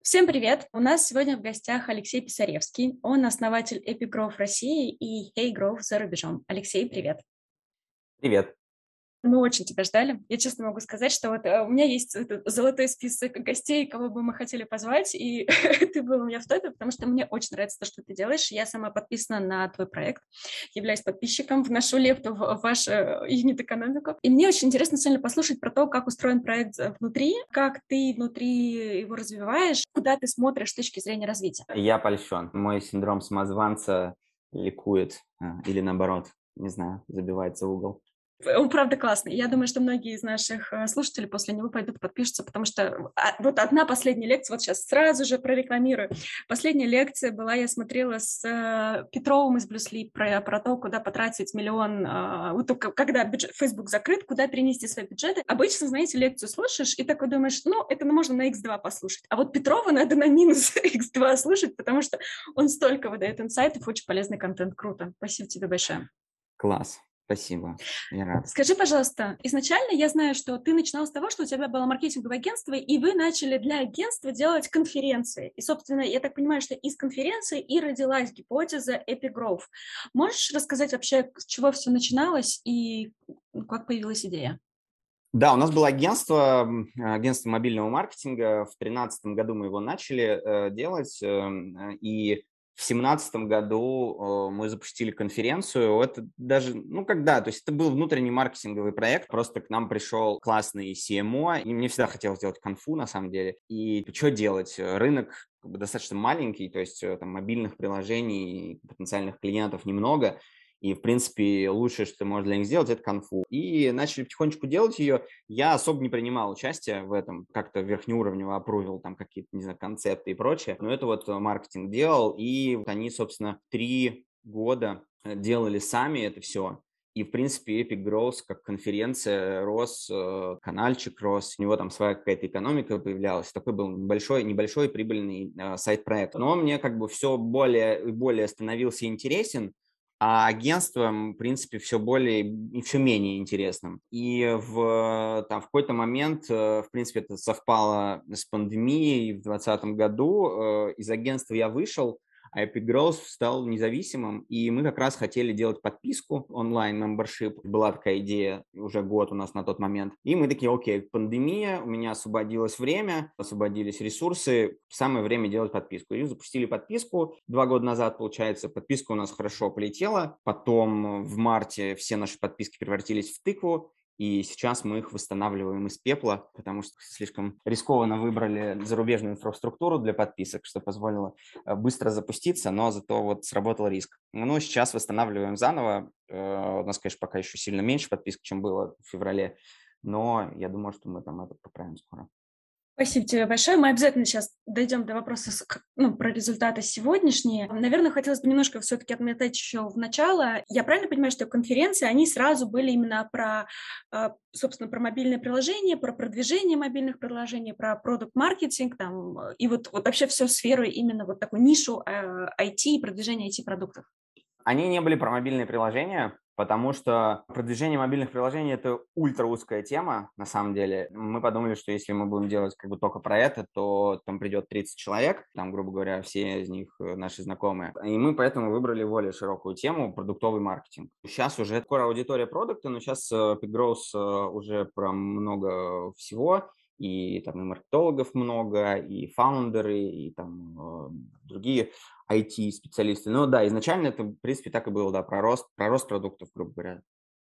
Всем привет! У нас сегодня в гостях Алексей Писаревский. Он основатель Epic Growth России и Hey Growth за рубежом. Алексей, привет! Привет. Мы очень тебя ждали. Я честно могу сказать, что у меня есть этот золотой список гостей, кого бы мы хотели позвать, и ты был у меня в топе, потому что мне очень нравится то, что ты делаешь. Я сама подписана на твой проект, являюсь подписчиком, вношу лепту в вашу юнит-экономику. И мне очень интересно, на послушать про то, как устроен проект внутри, как ты внутри его развиваешь, куда ты смотришь с точки зрения развития. Я польщен. Мой синдром самозванца ликует, или наоборот, не знаю, забивается в угол. Он правда классный. Я думаю, что многие из наших слушателей после него пойдут подпишутся, потому что вот одна последняя лекция, вот сейчас сразу же прорекламирую. Последняя лекция была, я смотрела с Петровым из Blue Sleep про то, куда потратить миллион, вот когда Facebook закрыт, куда перенести свои бюджеты. Обычно, знаете, лекцию слушаешь и такой думаешь, это можно на X2 послушать. А вот Петрова надо на минус X2 слушать, потому что он столько выдает инсайтов, очень полезный контент. Круто. Спасибо тебе большое. Класс. Спасибо. Я рад. Скажи, пожалуйста, изначально я знаю, что ты начинал с того, что у тебя было маркетинговое агентство, и вы начали для агентства делать конференции. И, собственно, я так понимаю, что из конференции и родилась гипотеза Epic Growth. Можешь рассказать вообще, с чего все начиналось и как появилась идея? Да, у нас было агентство мобильного маркетинга. В 2013 году мы его начали делать, и в 2017 году мы запустили конференцию. Это даже, то есть это был внутренний маркетинговый проект. Просто к нам пришел классный CMO, и мне всегда хотелось делать конфу, на самом деле. И что делать? Рынок как бы достаточно маленький, то есть там мобильных приложений, потенциальных клиентов немного. И, в принципе, лучшее, что ты можешь для них сделать, это конфу. И начали потихонечку делать ее. Я особо не принимал участие в этом, как-то верхнеуровнево опрувил там какие-то, не знаю, концепты и прочее. Но это вот маркетинг делал. И вот они, собственно, 3 года делали сами это все. И, в принципе, Epic Growth как конференция рос, канальчик рос, у него там своя какая-то экономика появлялась. Такой был небольшой прибыльный сайт-проект. Но мне как бы все более и более становился интересен, а агентством, в принципе, все более и все менее интересным. И в какой-то момент, в принципе, это совпало с пандемией в 2020 году. Из агентства я вышел, а Epic Growth стал независимым, и мы как раз хотели делать подписку онлайн-мембершип. Была такая идея уже год у нас на тот момент. И мы такие, окей, пандемия, у меня освободилось время, освободились ресурсы, самое время делать подписку. И запустили подписку 2 года назад, получается. Подписка у нас хорошо полетела. Потом в марте все наши подписки превратились в тыкву. И сейчас мы их восстанавливаем из пепла, потому что слишком рискованно выбрали зарубежную инфраструктуру для подписок, что позволило быстро запуститься, но зато вот сработал риск. Ну, сейчас восстанавливаем заново. У нас, конечно, пока еще сильно меньше подписок, чем было в феврале, но я думаю, что мы там это поправим скоро. Спасибо тебе большое. Мы обязательно сейчас дойдем до вопроса про результаты сегодняшние. Наверное, хотелось бы немножко все-таки отметать еще в начало. Я правильно понимаю, что конференции, они сразу были именно собственно, про мобильные приложения, про продвижение мобильных приложений, про продукт-маркетинг, и вот вообще всю сферу, именно вот такую нишу IT и продвижение IT-продуктов? Они не были про мобильные приложения, потому что продвижение мобильных приложений – это ультраузкая тема, на самом деле. Мы подумали, что если мы будем делать как бы только про это, то там придет 30 человек, там, грубо говоря, все из них наши знакомые. И мы поэтому выбрали более широкую тему – продуктовый маркетинг. Сейчас уже скоро аудитория продукта, но сейчас Epic Growth уже про много всего. И там и маркетологов много, и фаундеры, и там другие IT-специалисты. Но да, изначально это, в принципе, так и было, да, про рост продуктов, грубо говоря.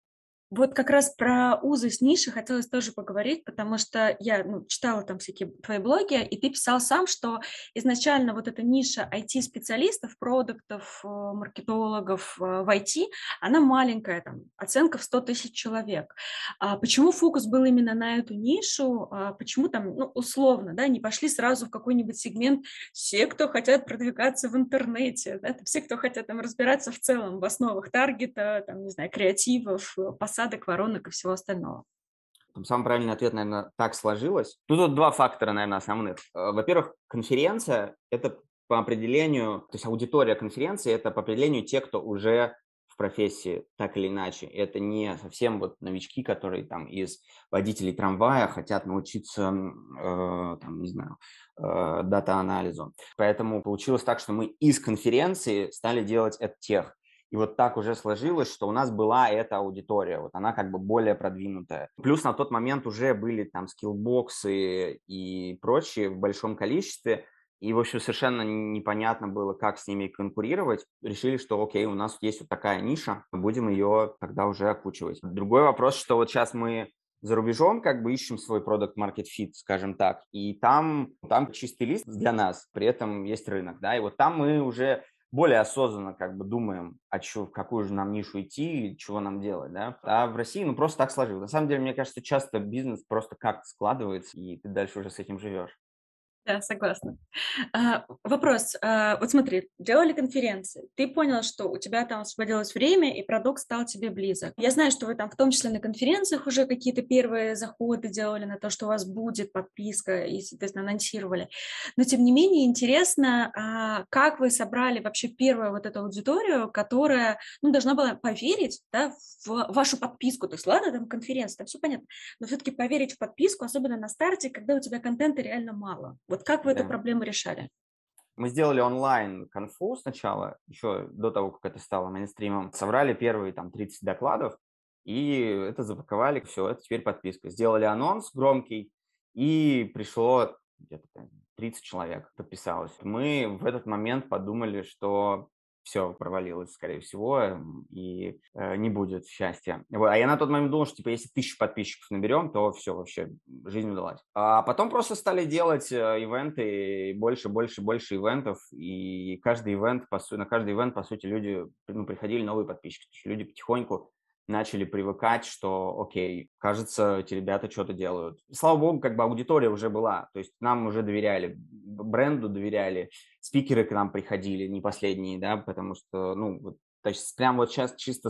Вот как раз про узость ниши хотелось тоже поговорить, потому что я читала там всякие твои блоги, и ты писал сам, что изначально вот эта ниша IT-специалистов, продуктов, маркетологов в IT, она маленькая, там, оценка в 100 тысяч человек. А почему фокус был именно на эту нишу? Почему там, условно, да, не пошли сразу в какой-нибудь сегмент все, кто хотят продвигаться в интернете, да, все, кто хотят там разбираться в целом в основах таргета, там, не знаю, креативов, посадок, воронок и всего остального. Там самый правильный ответ, наверное, так сложилось. Ну, тут два фактора, наверное, основных. Во-первых, конференция – это по определению, то есть аудитория конференции – это по определению те, кто уже в профессии, так или иначе. Это не совсем вот новички, которые там из водителей трамвая хотят научиться, там, не знаю, дата-анализу. Поэтому получилось так, что мы из конференции стали делать EdTech. И вот так уже сложилось, что у нас была эта аудитория, вот она как бы более продвинутая. Плюс на тот момент уже были там скиллбоксы и прочие в большом количестве, и, в общем, совершенно непонятно было, как с ними конкурировать. Решили, что окей, у нас есть вот такая ниша, будем ее тогда уже окучивать. Другой вопрос, что вот сейчас мы за рубежом как бы ищем свой продукт market fit, скажем так, и там чистый лист для нас, при этом есть рынок, да, и вот там мы уже более осознанно как бы думаем, в какую же нам нишу идти, и чего нам делать, да. А в России, ну, просто так сложилось. На самом деле, мне кажется, часто бизнес просто как-то складывается, и ты дальше уже с этим живешь. Да, согласна. Вопрос. Вот смотри, делали конференции. Ты понял, что у тебя там освободилось время, и продукт стал тебе близок. Я знаю, что вы там в том числе на конференциях уже какие-то первые заходы делали на то, что у вас будет подписка, и, соответственно, анонсировали. Но, тем не менее, интересно, как вы собрали вообще первую вот эту аудиторию, которая, ну, должна была поверить, да, в вашу подписку. То есть, ладно, там конференция, там все понятно, но все-таки поверить в подписку, особенно на старте, когда у тебя контента реально мало. Вот как вы эту Да. проблему решали? Мы сделали онлайн-конфу сначала, еще до того, как это стало мейнстримом. Собрали первые там 30 докладов, и это запаковали, все, это теперь подписка. Сделали анонс громкий, и пришло где-то там 30 человек, подписалось. Мы в этот момент подумали, что все провалилось, скорее всего, и не будет счастья. Вот. А я на тот момент думал, что типа если 1000 подписчиков наберем, то все, вообще жизнь удалась. А потом просто стали делать ивенты, больше, больше, больше ивентов, и каждый ивент, на каждый ивент, по сути, люди, ну, приходили новые подписчики. То есть люди потихоньку начали привыкать, что, окей, кажется, эти ребята что-то делают. Слава богу, как бы аудитория уже была, то есть нам уже доверяли, бренду доверяли, спикеры к нам приходили, не последние, да, потому что, ну, вот, то есть прям вот сейчас чисто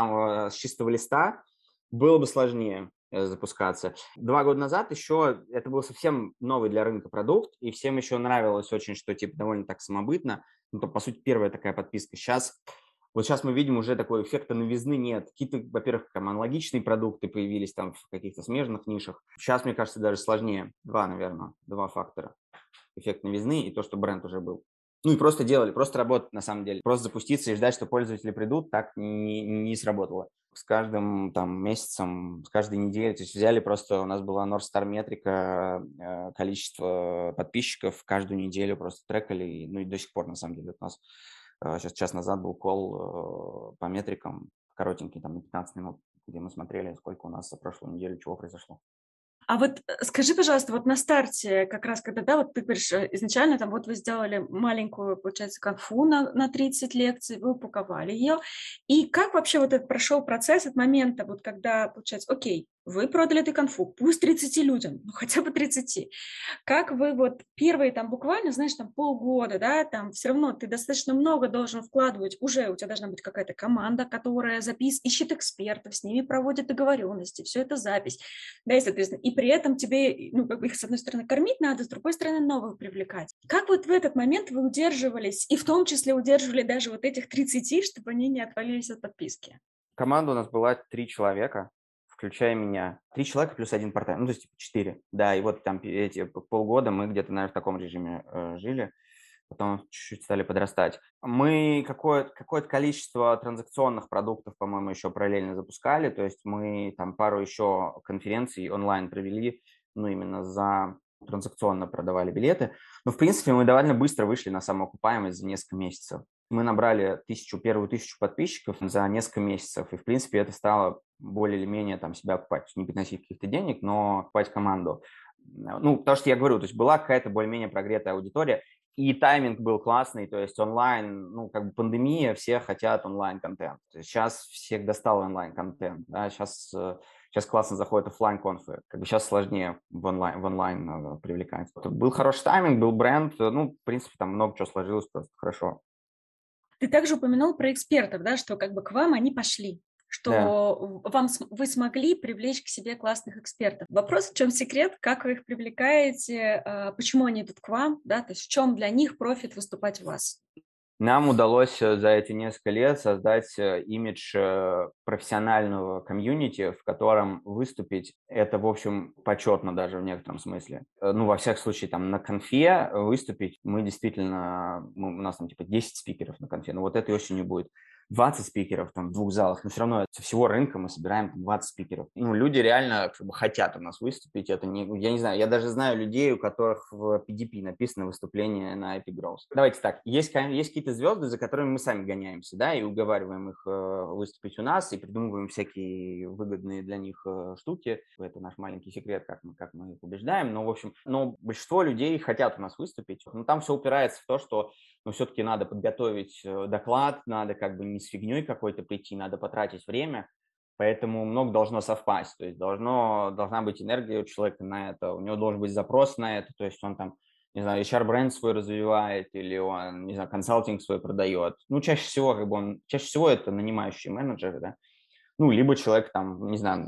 с чистого листа было бы сложнее запускаться. 2 года назад еще это был совсем новый для рынка продукт, и всем еще нравилось очень, что типа довольно так самобытно. Ну, то, по сути, первая такая подписка. Сейчас мы видим уже такой эффекта новизны нет. Какие-то, во-первых, там аналогичные продукты появились там в каких-то смежных нишах. Сейчас, мне кажется, даже сложнее. Наверное, два фактора. Эффект новизны и то, что бренд уже был. Ну и просто делали, просто работать на самом деле. Просто запуститься и ждать, что пользователи придут, так не сработало. С каждым там месяцем, с каждой неделей, то есть взяли просто, у нас была North Star метрика, количество подписчиков каждую неделю просто трекали, ну и до сих пор на самом деле у нас сейчас час назад был колл по метрикам, коротенький, там на 15 минут, где мы смотрели, сколько у нас за прошлую неделю, чего произошло. А вот скажи, пожалуйста, вот на старте, как раз когда, да, вот ты говоришь, изначально там вот вы сделали маленькую, получается, конфу на 30 лекций, вы упаковали ее, и как вообще вот этот прошел процесс от момента, вот когда, получается, окей, вы продали эту конфу, пусть 30 людям, ну хотя бы 30. Как вы вот первые там буквально, знаешь, там полгода, да, там все равно ты достаточно много должен вкладывать, уже у тебя должна быть какая-то команда, которая ищет экспертов, с ними проводит договоренности, все это запись, да, и, соответственно, и при этом тебе, ну, как бы их, с одной стороны, кормить надо, с другой стороны, новых привлекать. Как вот в этот момент вы удерживались, и в том числе удерживали даже вот этих 30, чтобы они не отвалились от подписки? Команда у нас была 3 человека, включая меня. 3 человека плюс один part-time, ну, то есть типа 4. Да, и вот там эти полгода мы где-то, наверное, в таком режиме жили, потом чуть-чуть стали подрастать. Мы какое-то количество транзакционных продуктов, по-моему, еще параллельно запускали, то есть мы там пару еще конференций онлайн провели, ну, именно транзакционно продавали билеты. Но, в принципе, мы довольно быстро вышли на самоокупаемость за несколько месяцев. Мы набрали первую тысячу подписчиков за несколько месяцев, и, в принципе, это стало более или менее там себя окупать. Не приносить каких-то денег, но окупать команду. Ну, потому что я говорю, то есть была какая-то более-менее прогретая аудитория, и тайминг был классный, то есть онлайн, ну, как бы пандемия, все хотят онлайн-контент. Сейчас всех достал онлайн-контент, да, сейчас классно заходят оффлайн-конфы, как бы сейчас сложнее в онлайн привлекать. Был хороший тайминг, был бренд, ну, в принципе, там много чего сложилось просто хорошо. Ты также упомянул про экспертов, да, что как бы к вам они пошли, Да. что вы смогли привлечь к себе классных экспертов. Вопрос, в чем секрет, как вы их привлекаете, почему они идут к вам, да, то есть в чем для них профит выступать у вас? Нам удалось за эти несколько лет создать имидж профессионального комьюнити, в котором выступить это, в общем, почетно даже в некотором смысле. Ну, во всяком случае, там на конфе выступить мы действительно, у нас там типа 10 спикеров на конфе, но вот этой осенью будет 20 спикеров там в 2 залах, но все равно со всего рынка мы собираем 20 спикеров. Ну, люди реально как бы хотят у нас выступить, это не, я не знаю, я даже знаю людей, у которых в PDP написано выступление на Epic Growth. Давайте так, есть какие-то звезды, за которыми мы сами гоняемся, да, и уговариваем их выступить у нас, и придумываем всякие выгодные для них штуки. Это наш маленький секрет, как мы их убеждаем, но, в общем, но большинство людей хотят у нас выступить, но там все упирается в то, что но все-таки надо подготовить доклад, надо как бы не с фигней какой-то прийти, надо потратить время, поэтому много должно совпасть, то есть должна быть энергия у человека на это, у него должен быть запрос на это, то есть он там, не знаю, HR-бренд свой развивает или он, не знаю, консалтинг свой продает. Ну, чаще всего это нанимающие менеджеры, да, ну, либо человек там, не знаю,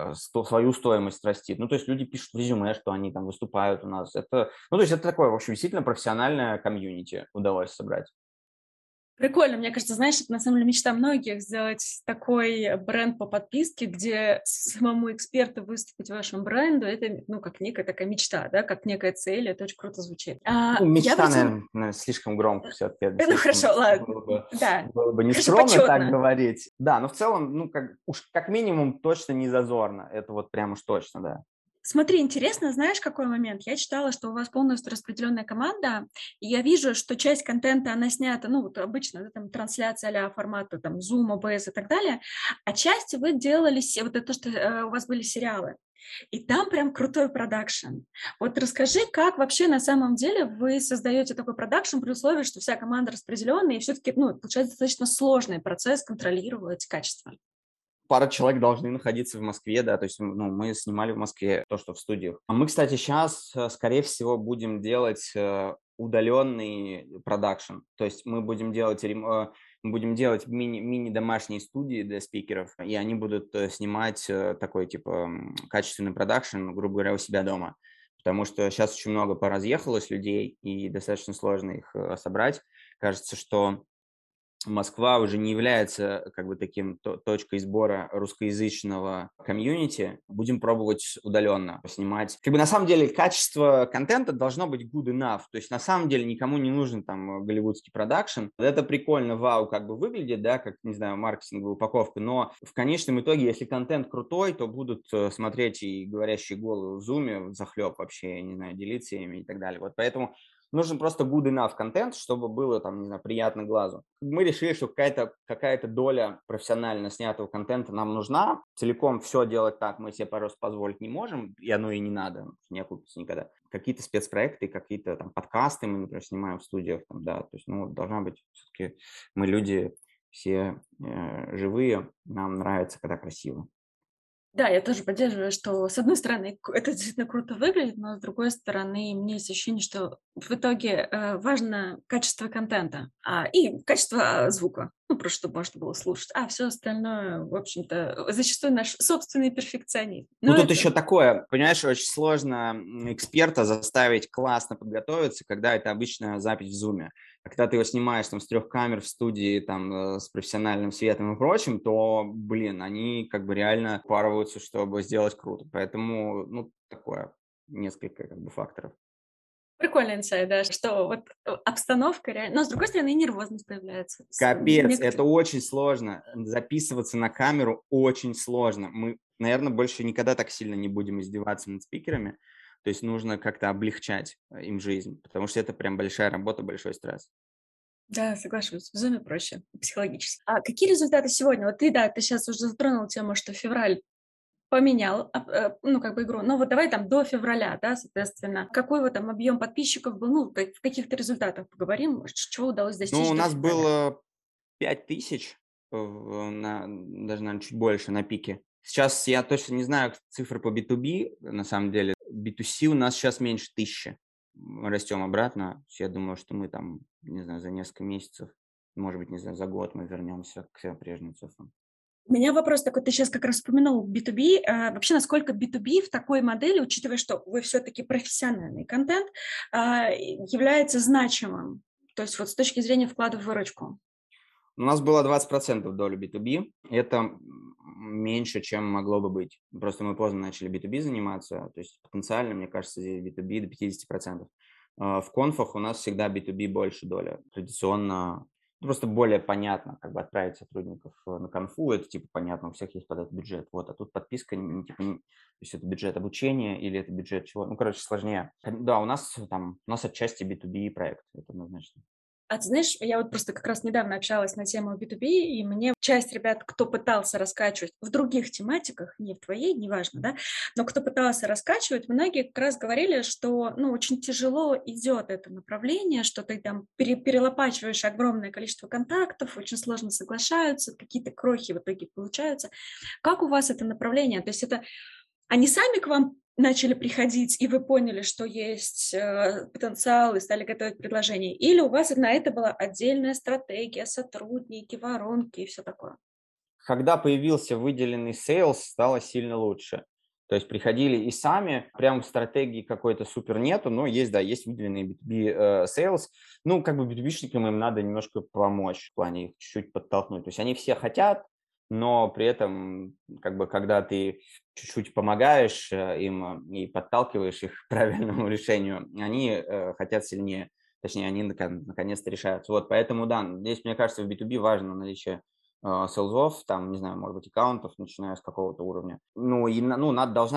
свою стоимость растит. Ну, то есть люди пишут в резюме, что они там выступают у нас. Ну, то есть это такое, в общем, действительно профессиональное комьюнити удалось собрать. Прикольно, мне кажется, знаешь, это на самом деле мечта многих сделать такой бренд по подписке, где самому эксперту выступить вашему бренду, это, ну, как некая такая мечта, да, как некая цель, это очень круто звучит. Ну, Я мечта, обратила... наверное, слишком громко все-таки. Ну, хорошо, ладно, Было бы, да, было бы хорошо, нескромно так почетно. говорить. Да, но в целом, ну, как минимум точно не зазорно. Это вот прям уж точно, да. Смотри, интересно, знаешь, какой момент? Я читала, что у вас полностью распределенная команда, и я вижу, что часть контента, она снята, ну, вот обычно, да, там, трансляция а-ля формата, там, Zoom, OBS и так далее, а часть вы делали, вот это то, что у вас были сериалы, и там прям крутой продакшн. Вот расскажи, как вообще на самом деле вы создаете такой продакшн при условии, что вся команда распределенная, и все-таки, ну, получается достаточно сложный процесс контролировать качество. Пара человек должны находиться в Москве, да, то есть, ну, мы снимали в Москве то, что в студиях. А мы, кстати, сейчас, скорее всего, будем делать удаленный продакшн, то есть мы будем делать мини-домашние студии для спикеров, и они будут снимать такой, типа, качественный продакшн, грубо говоря, у себя дома, потому что сейчас очень много поразъехалось людей, и достаточно сложно их собрать. Кажется, что Москва уже не является как бы таким точкой сбора русскоязычного комьюнити. Будем пробовать удаленно снимать. Как бы на самом деле качество контента должно быть good enough. То есть на самом деле никому не нужен там голливудский продакшн. Это прикольно, вау, как бы выглядит, да, как, не знаю, маркетинговая упаковка, но в конечном итоге, если контент крутой, то будут смотреть и говорящие головы в зуме, захлеб вообще, не знаю, делиться ими и так далее. Вот поэтому нужен просто good enough контент, чтобы было там, не знаю, приятно глазу. Мы решили, что какая-то доля профессионально снятого контента нам нужна. Целиком все делать так мы себе просто позволить не можем, и оно и не надо, не окупится никогда. Какие-то спецпроекты, какие-то там подкасты мы, например, снимаем в студиях, там, да, то есть, ну, должна быть все-таки мы люди все живые, нам нравится, когда красиво. Да, я тоже поддерживаю, что, с одной стороны, это действительно круто выглядит, но с другой стороны, у меня есть ощущение, что в итоге важно качество контента и качество звука, ну, просто чтобы можно было слушать, а все остальное, в общем-то, зачастую наш собственный перфекционизм. Ну, Но тут это еще такое, понимаешь, очень сложно эксперта заставить классно подготовиться, когда это обычная запись в зуме. А когда ты его снимаешь там с 3 камер в студии, там, с профессиональным светом и прочим, то, блин, они как бы реально упарываются, чтобы сделать круто. Поэтому, ну, такое, несколько как бы факторов. прикольный инсайт, да, что вот обстановка реально, но с другой стороны, и нервозность появляется. Капец, это очень сложно. Записываться на камеру очень сложно. Мы, наверное, больше никогда так сильно не будем издеваться над спикерами. То есть нужно как-то облегчать им жизнь, потому что это прям большая работа, большой стресс. Да, соглашусь, в зуме проще психологически. А какие результаты сегодня? Вот ты, да, ты сейчас уже затронул тему, что февраль поменял, ну, как бы игру. Ну, вот давай там до февраля, да, соответственно. Какой вот там объем подписчиков был? Ну, в каких-то результатах поговорим, чего удалось Ну, достичь у до нас февраля. было 5000, даже, наверное, чуть больше на пике. Сейчас я точно не знаю цифры по B2B, на самом деле. B2C у нас сейчас меньше 1000. Мы растем обратно. Я думаю, что мы там, не знаю, за несколько месяцев, может быть, не знаю, за год мы вернемся к прежним цифрам. У меня вопрос такой, ты сейчас как раз упомянул B2B. Вообще, насколько B2B в такой модели, учитывая, что вы все-таки профессиональный контент, является значимым? То есть вот с точки зрения вклада в выручку. У нас было 20% доля B2B. Это меньше, чем могло бы быть. Просто мы поздно начали B2B заниматься. То есть потенциально, мне кажется, здесь B2B до 50%. В конфах у нас всегда B2B больше доля. Традиционно, просто более понятно, как бы отправить сотрудников на конфу. Это типа понятно, у всех есть под этот бюджет. Вот, а тут подписка, то есть это бюджет обучения или это бюджет чего. Ну, короче, сложнее. Да, у нас отчасти B2B проект, это однозначно. А ты знаешь, я вот просто как раз недавно общалась на тему B2B, и мне часть ребят, кто пытался раскачивать в других тематиках, не в твоей, неважно, да, но кто пытался раскачивать, многие как раз говорили, что, ну, очень тяжело идет это направление, что ты там перелопачиваешь огромное количество контактов, очень сложно соглашаются, какие-то крохи в итоге получаются. Как у вас это направление? То есть это они сами к вам начали приходить, и вы поняли, что есть потенциал, и стали готовить предложение? Или у вас на это была отдельная стратегия, сотрудники, воронки и все такое? Когда появился выделенный sales, стало сильно лучше. То есть приходили и сами, прям стратегии какой-то супер нету, но есть, да, есть выделенный B2B sales. Ну, как бы B2B-шникам им надо немножко помочь, в плане их чуть-чуть подтолкнуть. То есть они все хотят, но при этом, как бы, когда ты чуть-чуть помогаешь им и подталкиваешь их к правильному решению, они хотят сильнее. Точнее, они наконец-то решаются. Вот, поэтому, да, здесь, мне кажется, в B2B важно наличие селзов, там, не знаю, может быть, аккаунтов, начиная с какого-то уровня. Ну, и ну,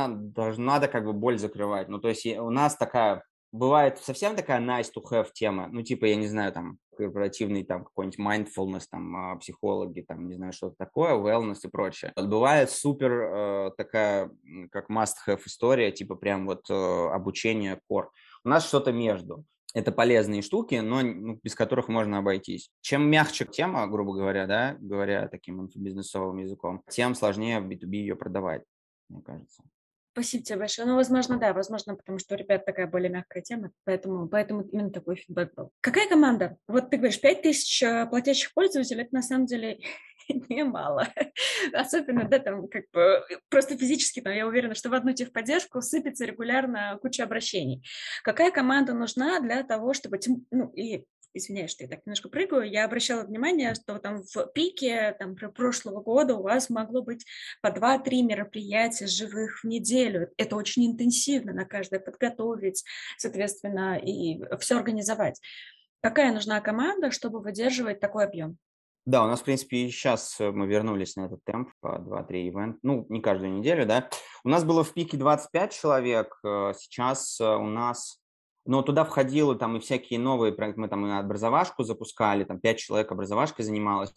надо как бы боль закрывать. Ну, то есть у нас такая, бывает совсем такая nice to have тема, ну, типа, я не знаю, там, корпоративный, там, какой-нибудь mindfulness, там, психологи, там, не знаю, что-то такое, wellness и прочее. Вот бывает супер такая, как must-have история, типа, прям вот обучение core. У нас что-то между. Это полезные штуки, но без которых можно обойтись. Чем мягче тема, грубо говоря, да, говоря таким инфобизнесовым языком, тем сложнее в B2B ее продавать, мне кажется. Спасибо тебе большое. Ну, возможно, да, возможно, потому что у ребят такая более мягкая тема, поэтому именно такой фидбэк был. Какая команда? Вот ты говоришь, 5000 платящих пользователей, это на самом деле немало. Особенно, да, там как бы просто физически, но я уверена, что в одну техподдержку сыпется регулярно куча обращений. Какая команда нужна для того, чтобы, ну, и извиняюсь, что я так немножко прыгаю, я обращала внимание, что там в пике там, прошлого года у вас могло быть по 2-3 мероприятия живых в неделю. Это очень интенсивно, на каждое подготовить, соответственно, и все организовать. Какая нужна команда, чтобы выдерживать такой объем? Да, у нас, в принципе, и сейчас мы вернулись на этот темп по 2-3 ивента, ну, не каждую неделю, да. У нас было в пике 25 человек, сейчас у нас, ну, туда входило там и всякие новые проекты, мы там и образовашку запускали, там 5 человек образовашкой занималось,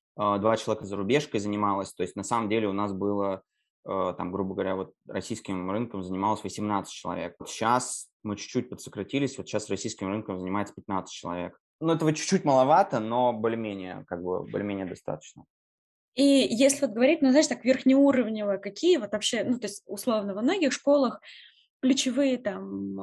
2 человека зарубежкой занималось, то есть на самом деле у нас было, там, грубо говоря, вот российским рынком занималось 18 человек. Сейчас мы чуть-чуть подсократились, вот сейчас российским рынком занимается 15 человек. Ну, этого чуть-чуть маловато, но более-менее, как бы, более-менее достаточно. И если вот говорить, ну, знаешь, так верхнеуровнево, какие вот вообще, ну, то есть условно во многих школах ключевые там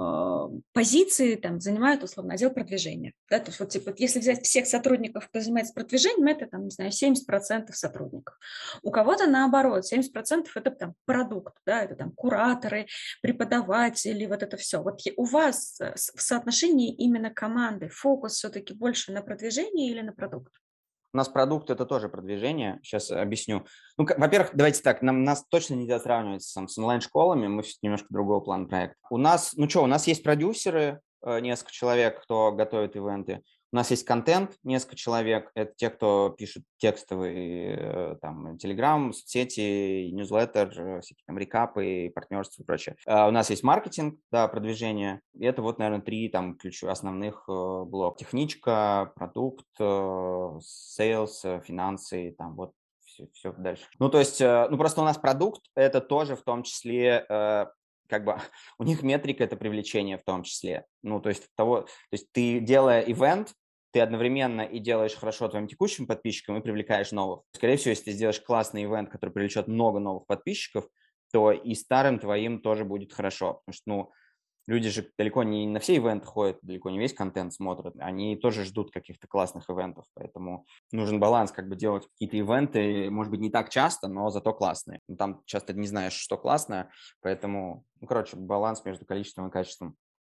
позиции там занимают условно отдел продвижения. Да? То есть вот типа, если взять всех сотрудников, кто занимается продвижением, это там, не знаю, 70% сотрудников. У кого-то наоборот, 70% это там продукт, да, это там кураторы, преподаватели, вот это все. Вот у вас в соотношении именно команды фокус все-таки больше на продвижении или на продукт? У нас продукт – это тоже продвижение. Сейчас объясню. Ну, во-первых, давайте так, нас точно нельзя сравнивать с онлайн-школами, мы немножко другого плана проект. У нас, ну что, у нас есть продюсеры, несколько человек, кто готовит ивенты. У нас есть контент, несколько человек. Это те, кто пишет текстовые, там, Telegram, соцсети, ньюслеттер, всякие там рекапы, партнерства и прочее. У нас есть маркетинг, да, продвижение. И это вот, наверное, три там основных блока. Техничка, продукт, сейлс, финансы, там вот все дальше. Ну, то есть, ну, просто у нас продукт, это тоже в том числе как бы у них метрика – это привлечение в том числе. Ну, то есть ты, делая ивент, ты одновременно и делаешь хорошо твоим текущим подписчикам и привлекаешь новых. Скорее всего, если ты сделаешь классный ивент, который привлечет много новых подписчиков, то и старым твоим тоже будет хорошо. Потому что, ну, люди же далеко не на все ивенты ходят, далеко не весь контент смотрят. Они тоже ждут каких-то классных ивентов. Поэтому нужен баланс, как бы делать какие-то ивенты, может быть, не так часто, но зато классные. Ну, там часто не знаешь, что классное, поэтому, ну, короче, баланс между количеством и качеством.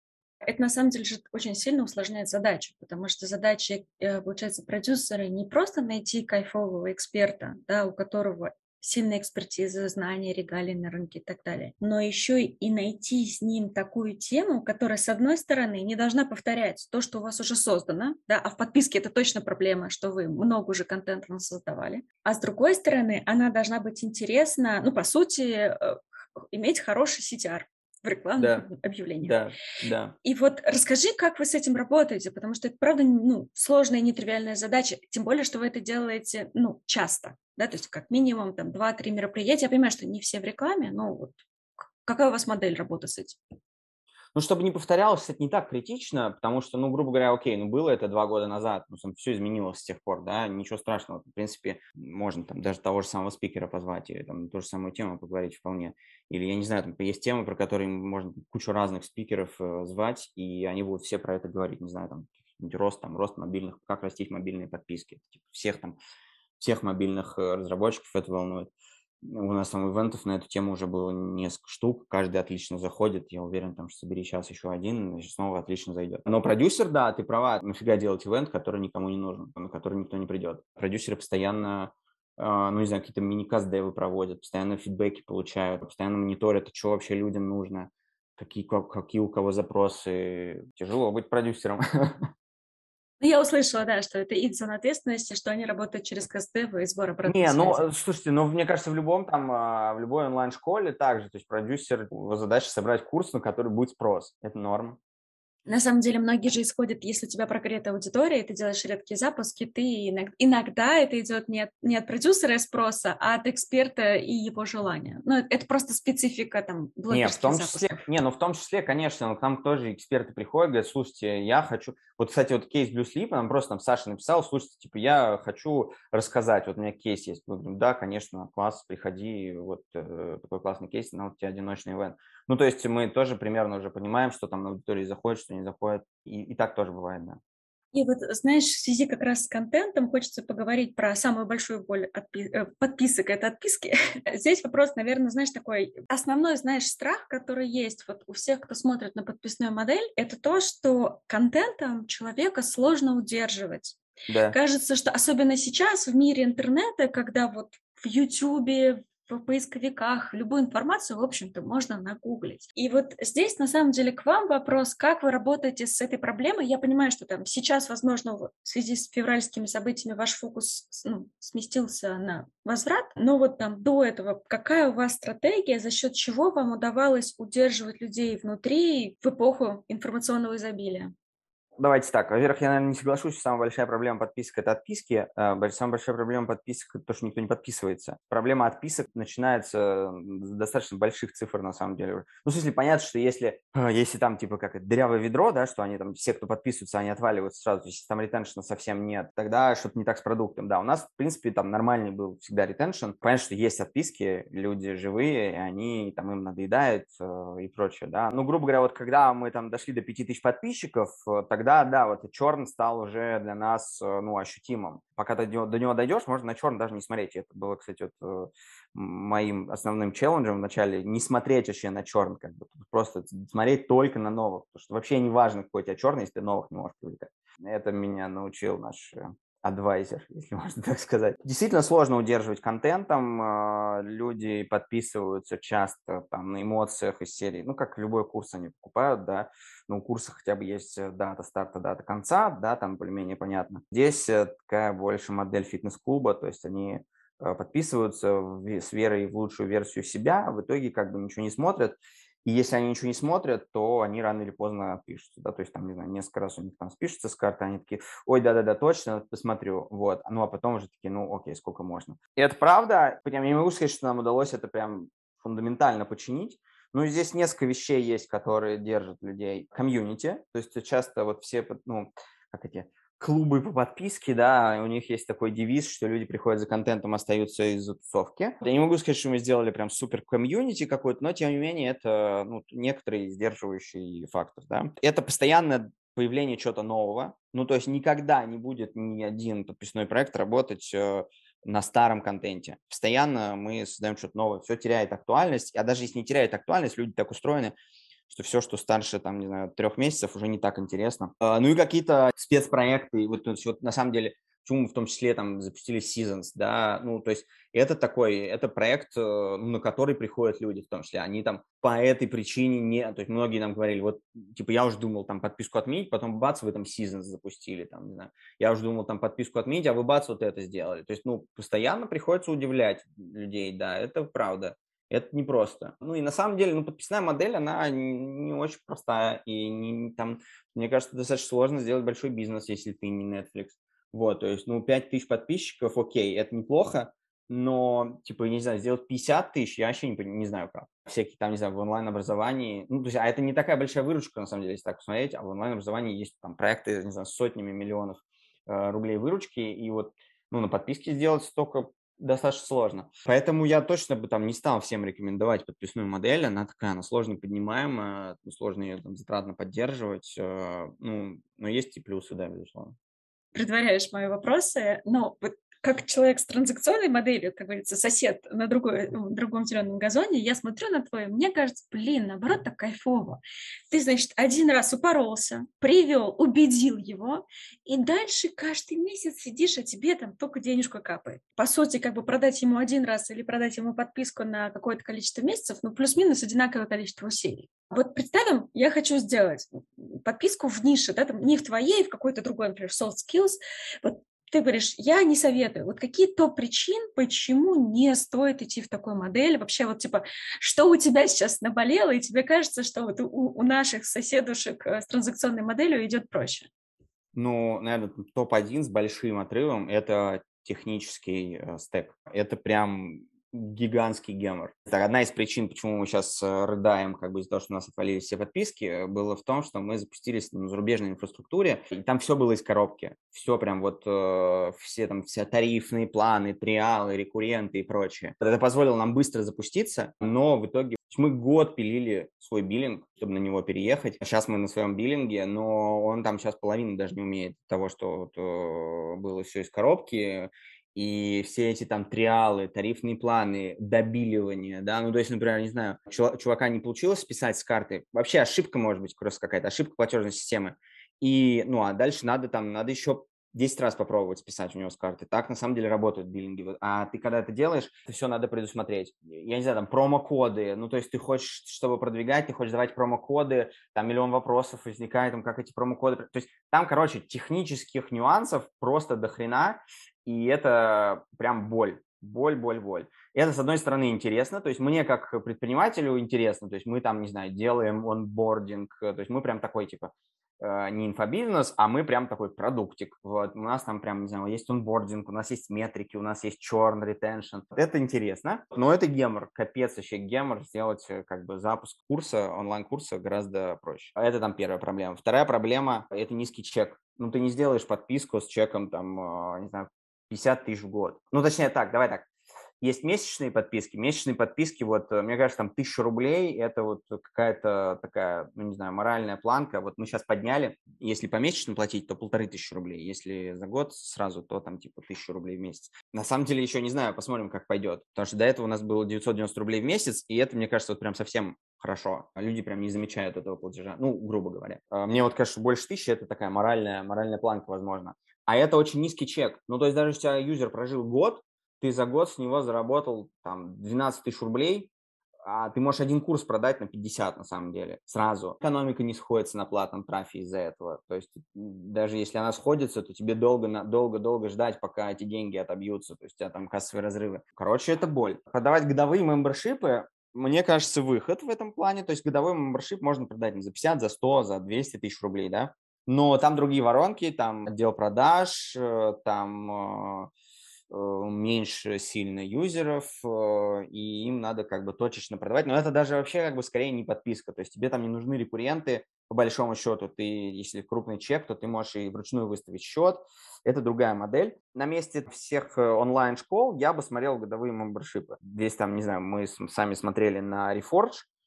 Это на самом деле же очень сильно усложняет задачу, потому что задача, получается, продюсера не просто найти кайфового эксперта, да, у которого сильная экспертиза, знания, регалии на рынке и так далее, но еще и найти с ним такую тему, которая, с одной стороны, не должна повторять то, что у вас уже создано, да, а в подписке это точно проблема, что вы много уже контента создавали, а с другой стороны, она должна быть интересна, ну, по сути, иметь хороший CTR в рекламных Да, объявлениях. да, да. И вот расскажи, как вы с этим работаете, потому что это, правда, ну, сложная и нетривиальная задача, тем более, что вы это делаете, ну, часто, да, то есть как минимум там 2-3 мероприятия. Я понимаю, что не все в рекламе, но вот какая у вас модель работы с этим? Ну, чтобы не повторялось, это не так критично, потому что, ну, грубо говоря, окей, ну, было это 2 года назад, ну, все изменилось с тех пор, да, ничего страшного. В принципе, можно там даже того же самого спикера позвать или там на ту же самую тему поговорить вполне. Или, я не знаю, там есть темы, про которые можно кучу разных спикеров звать, и они будут все про это говорить, не знаю, там, рост мобильных, как растить мобильные подписки. Типа, всех мобильных разработчиков это волнует. У нас там ивентов на эту тему уже было несколько штук, каждый отлично заходит, я уверен, там, что собери сейчас еще один, и снова отлично зайдет. Но продюсер, да, ты права, нафига делать ивент, который никому не нужен, на который никто не придет. Продюсеры постоянно, ну, не знаю, какие-то мини-каст-девы проводят, постоянно фидбэки получают, постоянно мониторят, что вообще людям нужно, какие у кого запросы. Тяжело быть продюсером. Ну, я услышала, да, что это их зона ответственности, что они работают через КСТВ и сбор обратной Не, ну, связи. слушайте, ну, мне кажется, в любой онлайн-школе также, то есть продюсер, его задача собрать курс, на который будет спрос. Это норм. На самом деле, многие же исходят, если у тебя прогретая аудитория, и ты делаешь редкие запуски, ты иногда это идет не от продюсера спроса, а от эксперта и его желания. Ну, это просто специфика там Не, в блогерских том числе, запусков. не, ну в том числе, конечно, к нам тоже эксперты приходят, говорят, слушайте, я хочу, вот, кстати, вот кейс Blue Sleep, нам просто там Саша написал, слушайте, типа, я хочу рассказать, вот у меня кейс есть, мы говорим, да, конечно, класс, приходи, вот такой классный кейс, на вот у тебя одиночный ивент. Ну, то есть мы тоже примерно уже понимаем, что там на аудитории заходит, что не заходит, и так тоже бывает, да. И вот, знаешь, в связи как раз с контентом хочется поговорить про самую большую боль подписок– это отписки. Здесь вопрос, наверное, знаешь, такой основной, знаешь, страх, который есть вот у всех, кто смотрит на подписную модель, это то, что контентом человека сложно удерживать. Да. Кажется, что особенно сейчас в мире интернета, когда вот в Ютубе, в поисковиках любую информацию, в общем-то, можно нагуглить. И вот здесь, на самом деле, к вам вопрос, как вы работаете с этой проблемой? Я понимаю, что там сейчас, возможно, в связи с февральскими событиями ваш фокус ну, сместился на возврат, но вот там до этого какая у вас стратегия, за счет чего вам удавалось удерживать людей внутри в эпоху информационного изобилия? Давайте так. Во-первых, я, наверное, не соглашусь, что самая большая проблема подписок– это отписки. Самая большая проблема подписок– это то, что никто не подписывается. Проблема отписок начинается с достаточно больших цифр, на самом деле. Ну, в смысле, понятно, что если там, типа, как это, дырявое ведро, да, что они там, все, кто подписываются, они отваливаются сразу, то есть если там ретеншена совсем нет, тогда что-то не так с продуктом. Да, у нас, в принципе, там нормальный был всегда ретеншн. Понятно, что есть отписки, люди живые, и они там им надоедают и прочее, да. Ну, грубо говоря, вот когда мы там дошли до 5000 подписчиков, тогда, да, вот черн стал уже для нас, ну, ощутимым. Пока ты до него дойдешь, можно на черн даже не смотреть. И это было, кстати, вот моим основным челленджем вначале не смотреть вообще на черн, как бы просто смотреть только на новых, потому что вообще не важно, какой у тебя черный, если ты новых не можешь привлекать. Это меня научил наш адвайзер, если можно так сказать. Действительно сложно удерживать контентом, люди подписываются часто там на эмоциях из серии, ну, как любой курс они покупают, да, но у курса хотя бы есть дата старта, дата конца, да, там более-менее понятно. Здесь такая больше модель фитнес-клуба, то есть они подписываются с верой в лучшую версию себя, а в итоге как бы ничего не смотрят, и если они ничего не смотрят, то они рано или поздно отпишутся, да, то есть там, не знаю, несколько раз у них там спишется с карты, они такие, ой, да-да-да, точно, посмотрю, вот, ну, а потом уже такие, ну, окей, сколько можно. И это правда, прям я не могу сказать, что нам удалось это прям фундаментально починить, ну, здесь несколько вещей есть, которые держат людей. Комьюнити, то есть часто вот все, ну, как эти клубы по подписке, да, у них есть такой девиз, что люди приходят за контентом, остаются из-за тусовки. Я не могу сказать, что мы сделали прям супер комьюнити какой-то, но тем не менее это, ну, некоторый сдерживающий фактор, да. Это постоянно появление чего-то нового. Ну, то есть никогда не будет ни один подписной проект работать на старом контенте. Постоянно мы создаем что-то новое, все теряет актуальность, а даже если не теряет актуальность, люди так устроены, что все, что старше, там, не знаю, 3 месяцев, уже не так интересно. Ну и какие-то спецпроекты, вот, то есть, вот на самом деле, почему мы в том числе там запустили Seasons, да, ну, то есть это проект, ну, на который приходят люди в том числе, они там по этой причине не, то есть многие нам говорили, вот, типа, я уже думал там подписку отменить, потом бац, вы там Seasons запустили, там, не знаю, я уже думал там подписку отменить, а вы бац, вот это сделали. То есть, ну, постоянно приходится удивлять людей, да, это правда. Это непросто. Ну и на самом деле, ну, подписная модель, она не очень простая. И там, мне кажется, достаточно сложно сделать большой бизнес, если ты не Netflix. Вот, то есть, ну, 5000 подписчиков, окей, это неплохо, но, типа, не знаю, сделать 50 тысяч, я вообще не знаю как. Всякие там, не знаю, в онлайн-образовании, ну, то есть, а это не такая большая выручка, на самом деле, если так посмотреть, а в онлайн-образовании есть там проекты, не знаю, с сотнями миллионов рублей выручки, и вот, ну, на подписке сделать столько достаточно сложно. Поэтому я точно бы там не стал всем рекомендовать подписную модель. Она такая, она сложно поднимаемая, сложно ее там затратно поддерживать. Ну, но есть и плюсы, да, безусловно. Предваряешь мои вопросы, но вот как человек с транзакционной моделью, как говорится, сосед на другом зеленом газоне, я смотрю на твой, мне кажется, блин, наоборот, так кайфово. Ты, значит, один раз упоролся, привел, убедил его, и дальше каждый месяц сидишь, а тебе там только денежку капает. По сути, как бы продать ему один раз или продать ему подписку на какое-то количество месяцев, ну, плюс-минус одинаковое количество усилий. Вот представим, я хочу сделать подписку в нише, да, там, не в твоей, в какой-то другой, например, soft skills. Вот ты говоришь, я не советую. Вот какие топ причин, почему не стоит идти в такую модель? Вообще вот типа, что у тебя сейчас наболело, и тебе кажется, что вот у наших соседушек с транзакционной моделью идет проще? Ну, наверное, топ-1 с большим отрывом – это технический стек. Это прям гигантский гемор. Это одна из причин, почему мы сейчас рыдаем, как бы из-за того, что у нас отвалились все подписки, было в том, что мы запустились на зарубежной инфраструктуре, и там все было из коробки. Все прям вот, все тарифные планы, триалы, рекурренты и прочее. Это позволило нам быстро запуститься, но в итоге мы год пилили свой биллинг, чтобы на него переехать. Сейчас мы на своем биллинге, но он там сейчас половину даже не умеет того, что вот, было все из коробки. И все эти там триалы, тарифные планы, добиливания, да, ну, то есть, например, не знаю, чувака не получилось списать с карты, вообще ошибка может быть просто какая-то, ошибка платежной системы, и, ну, а дальше надо еще 10 раз попробовать списать у него с карты. Так на самом деле работают биллинги. А ты когда это делаешь, это все надо предусмотреть. Я не знаю, там промокоды, ну то есть ты хочешь, чтобы продвигать, ты хочешь давать промокоды, там миллион вопросов возникает, там, как эти промокоды. То есть там, короче, технических нюансов просто до хрена, и это прям боль. Боль, боль, боль. И это, с одной стороны, интересно, то есть мне как предпринимателю интересно, то есть мы там, не знаю, делаем онбординг, то есть мы прям такой, типа, не инфобизнес, а мы прям такой продуктик. Вот. У нас там прям, не знаю, есть онбординг, у нас есть метрики, у нас есть churn, retention. Это интересно, но это гемор, капец вообще гемор сделать как бы запуск курса, онлайн-курса гораздо проще. Это там первая проблема. Вторая проблема – это низкий чек. Ну, ты не сделаешь подписку с чеком, там, не знаю, 50 тысяч в год. Ну, точнее так, давай так. Есть месячные подписки. Месячные подписки, вот, мне кажется, там 1000 рублей – это вот какая-то такая, ну, не знаю, моральная планка. Вот мы сейчас подняли, если помесячно платить, то 1500 рублей. Если за год сразу, то там типа 1000 рублей в месяц. На самом деле еще не знаю, посмотрим, как пойдет. Потому что до этого у нас было 990 рублей в месяц, и это, мне кажется, вот прям совсем хорошо. Люди прям не замечают этого платежа, ну, грубо говоря. Мне вот кажется, больше 1000 – это такая моральная планка, возможно. А это очень низкий чек. Ну, то есть даже если у тебя юзер прожил год, ты за год с него заработал там 12 тысяч рублей, а ты можешь один курс продать на 50 на самом деле сразу. Экономика не сходится на платном трафе из-за этого. То есть даже если она сходится, то тебе долго ждать, пока эти деньги отобьются. То есть у тебя там кассовые разрывы. Короче, это боль. Продавать годовые мембершипы, мне кажется, выход в этом плане. То есть годовой мембершип можно продать не за 50, за 100, за 200 тысяч рублей, да. Но там другие воронки, там отдел продаж, там меньше сильно юзеров, и им надо как бы точечно продавать. Но это даже вообще как бы скорее не подписка. То есть тебе там не нужны рекурренты, по большому счету. Ты, если крупный чек, то ты можешь и вручную выставить счет. Это другая модель. На месте всех онлайн-школ я бы смотрел годовые мембершипы. Здесь там, не знаю, мы сами смотрели на Reforge,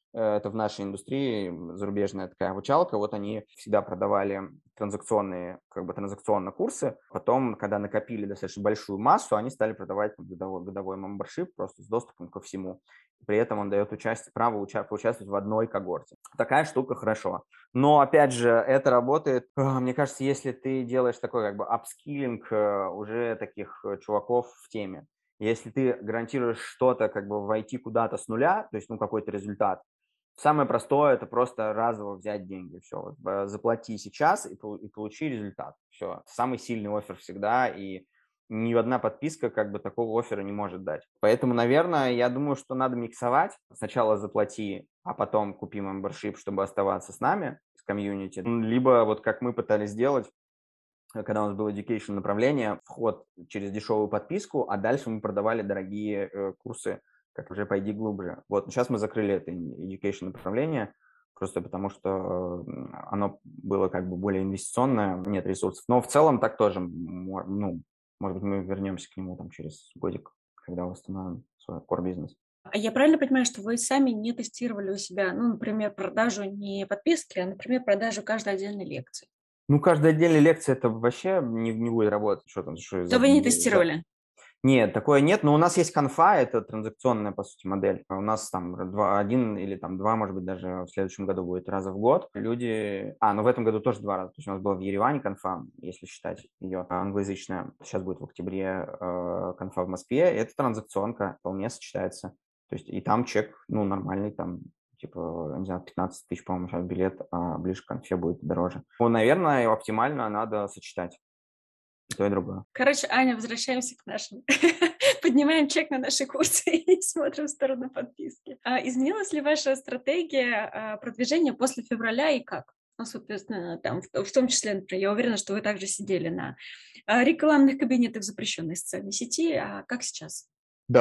это в нашей индустрии зарубежная такая обучалка, вот они всегда продавали транзакционные, как бы транзакционные курсы. Потом, когда накопили достаточно большую массу, они стали продавать там годовой мембершип просто с доступом ко всему. При этом он дает право поучаствовать в одной когорте. Такая штука хорошо. Но, опять же, это работает, мне кажется, если ты делаешь такой как бы апскиллинг уже таких чуваков в теме. Если ты гарантируешь что-то как бы войти куда-то с нуля, то есть, ну, какой-то результат, самое простое – это просто разово взять деньги. Все, вот, заплати сейчас и получи результат. Все, самый сильный оффер всегда, и ни одна подписка как бы такого оффера не может дать. Поэтому, наверное, я думаю, что надо миксовать. Сначала заплати, а потом купи мембершип, чтобы оставаться с нами, с комьюнити. Либо вот как мы пытались сделать, когда у нас было education направление, вход через дешевую подписку, а дальше мы продавали дорогие курсы, как уже пойди глубже. Вот, сейчас мы закрыли это education направление, просто потому что оно было как бы более инвестиционное, нет ресурсов. Но в целом так тоже, ну, может быть, мы вернемся к нему там через годик, когда восстановим свой core бизнес. А я правильно понимаю, что вы сами не тестировали у себя, ну, например, продажу не подписки, а, например, продажу каждой отдельной лекции? Ну, каждая отдельная лекция это вообще не будет работать. Что там, что То вы не тестировали? Нет, такое нет, но у нас есть конфа, это транзакционная, по сути, модель. У нас там один или там два, может быть, даже в следующем году будет раза в год. Люди... ну в этом году тоже два раза. То есть у нас была в Ереване конфа, если считать ее англоязычная. Сейчас будет в октябре конфа в Москве. И это транзакционка, вполне сочетается. То есть и там чек, ну, нормальный, там типа, не знаю, 15 тысяч, по-моему, сейчас билет, а ближе к конфе будет дороже. Ну, наверное, оптимально надо сочетать и то, и другое. Короче, Аня, возвращаемся к нашим. Поднимаем чек на наши курсы и смотрим в сторону подписки. Изменилась ли ваша стратегия продвижения после февраля и как? Ну, соответственно, там, в том числе, например, я уверена, что вы также сидели на рекламных кабинетах запрещенной социальной сети. А как сейчас? Да,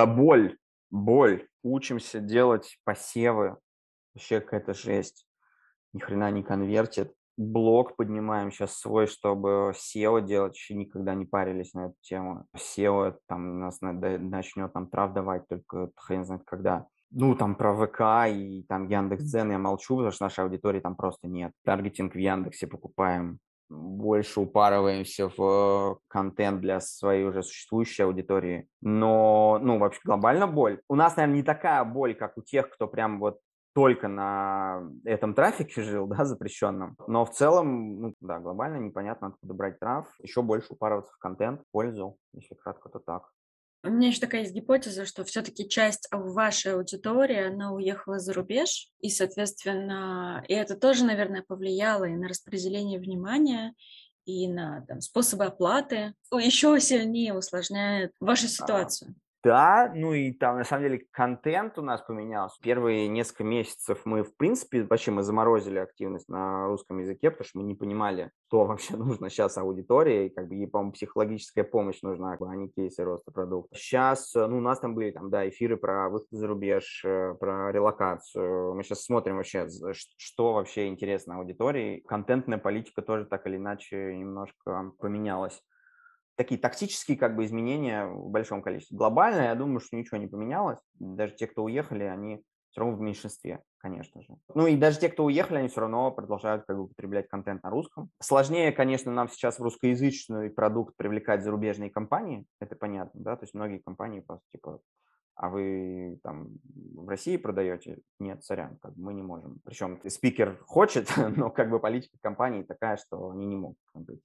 боль. Учимся делать посевы. Вообще какая-то жесть. Ни хрена не конвертит. Блог поднимаем сейчас свой, чтобы SEO делать. Еще никогда не парились на эту тему. SEO там нас начнет там трав давать, только хрен знает когда. Ну, там про ВК и там Яндекс.Дзен я молчу, потому что нашей аудитории там просто нет. Таргетинг в Яндексе покупаем. Больше упарываемся в контент для своей уже существующей аудитории. Но, ну, вообще глобально боль. У нас, наверное, не такая боль, как у тех, кто прям вот только на этом трафике жил, да, запрещенном. Но в целом, ну, да, глобально непонятно, откуда брать трав. Еще больше упарываться в контент, в пользу, если кратко, то так. У меня еще такая есть гипотеза, что все-таки часть вашей аудитории, она уехала за рубеж, и, соответственно, и это тоже, наверное, повлияло и на распределение внимания, и на там, способы оплаты, еще сильнее усложняет вашу А, ситуацию. Да, ну и там на самом деле контент у нас поменялся. Первые несколько месяцев мы, в принципе, вообще мы заморозили активность на русском языке, потому что мы не понимали, что вообще нужно сейчас аудитории, и как бы ей, по-моему, психологическая помощь нужна, а не кейсы роста продукта. Сейчас, ну, у нас там были там, да, эфиры про выход за рубеж, про релокацию. Мы сейчас смотрим вообще, что вообще интересно аудитории. Контентная политика тоже так или иначе немножко поменялась. Такие тактические как бы изменения в большом количестве. Глобально, я думаю, что ничего не поменялось. Даже те, кто уехали, они все равно в меньшинстве, конечно же. Ну и даже те, кто уехали, они все равно продолжают как бы употреблять контент на русском. Сложнее, конечно, нам сейчас в русскоязычный продукт привлекать зарубежные компании, это понятно, да, то есть многие компании просто типа, а вы там в России продаете? Нет, сорян, как бы мы не можем. Причем спикер хочет, но как бы политика компании такая, что они не могут быть.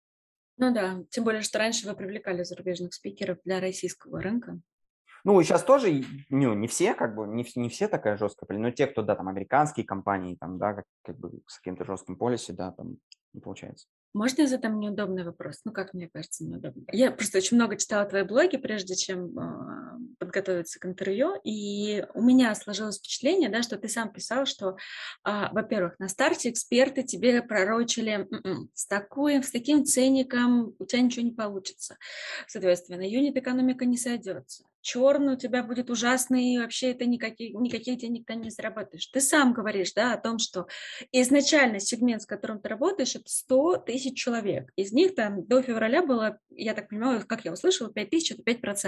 Ну да, тем более, что раньше вы привлекали зарубежных спикеров для российского рынка. Ну, и сейчас тоже, ну, не все, как бы, не все такая жесткая, но те, кто, да, там, американские компании, там, да, как бы с каким-то жестким полиси, да, там, не получается. Можно я задам неудобный вопрос? Ну, как мне кажется, неудобно. Я просто очень много читала твои блоги, прежде чем подготовиться к интервью, и у меня сложилось впечатление, да, что ты сам писал, что, во-первых, на старте эксперты тебе пророчили, с таким ценником у тебя ничего не получится. Соответственно, юнит-экономика не сойдется. Черный у тебя будет ужасный, и вообще это никаких денег ты не заработаешь. Ты сам говоришь, да, о том, что изначально сегмент, с которым ты работаешь, это 100 тысяч человек. Из них там до февраля было, я так понимаю, как я услышала, 5 тысяч, это 5%.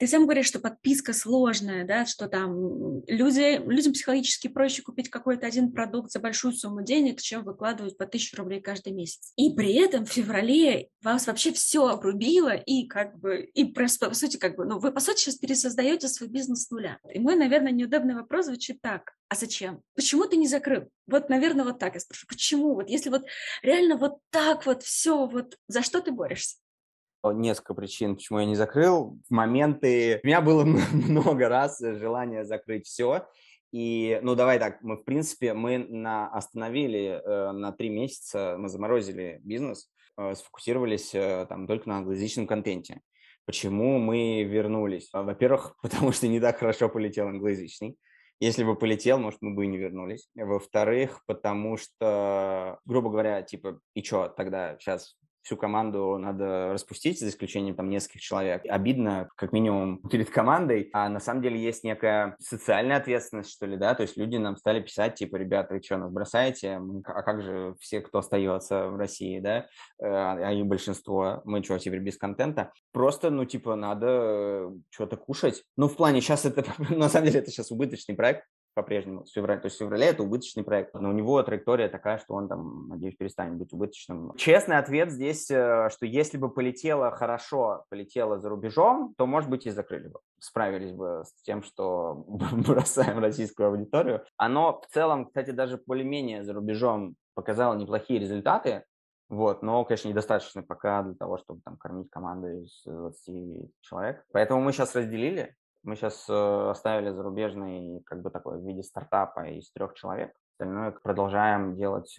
Ты сам говоришь, что подписка сложная, да, что там людям психологически проще купить какой-то один продукт за большую сумму денег, чем выкладывать по 1000 рублей каждый месяц. И при этом в феврале вас вообще все обрубило, и как бы, и просто, по сути, как бы, ну, вы, по сути, сейчас пересоздаете свой бизнес с нуля. И мой, наверное, неудобный вопрос звучит так: а зачем? Почему ты не закрыл? Вот, наверное, вот так я спрошу. Почему? Вот если вот реально вот так вот все, вот за что ты борешься? Несколько причин, почему я не закрыл. В моменты... У меня было много раз желание закрыть все. И, ну, давай так, мы, в принципе, остановили на 3 месяца, мы заморозили бизнес, сфокусировались там только на англоязычном контенте. Почему мы вернулись? Во-первых, потому что не так хорошо полетел англоязычный. Если бы полетел, может, мы бы и не вернулись. Во-вторых, потому что, грубо говоря, типа, и что, тогда сейчас всю команду надо распустить, за исключением там нескольких человек. Обидно, как минимум, перед командой, а на самом деле есть некая социальная ответственность, что ли, да, то есть люди нам стали писать, типа, ребята, вы что, нас бросаете? А как же все, кто остается в России, да, а их большинство, мы что, теперь без контента? Просто, ну, типа, надо что-то кушать. Ну, в плане, сейчас это, на самом деле, это сейчас убыточный проект, по-прежнему, с февраля. То есть в феврале это убыточный проект, но у него траектория такая, что он там, надеюсь, перестанет быть убыточным. Честный ответ здесь, что если бы полетело хорошо, полетело за рубежом, то, может быть, и закрыли бы. Справились бы с тем, что бросаем российскую аудиторию. Оно в целом, кстати, даже более-менее за рубежом показало неплохие результаты, вот, но, конечно, недостаточно пока для того, чтобы там кормить команду из 20 человек. Поэтому мы сейчас разделили. Мы сейчас оставили зарубежный, как бы такой, в виде стартапа из 3 человек. Остальное продолжаем делать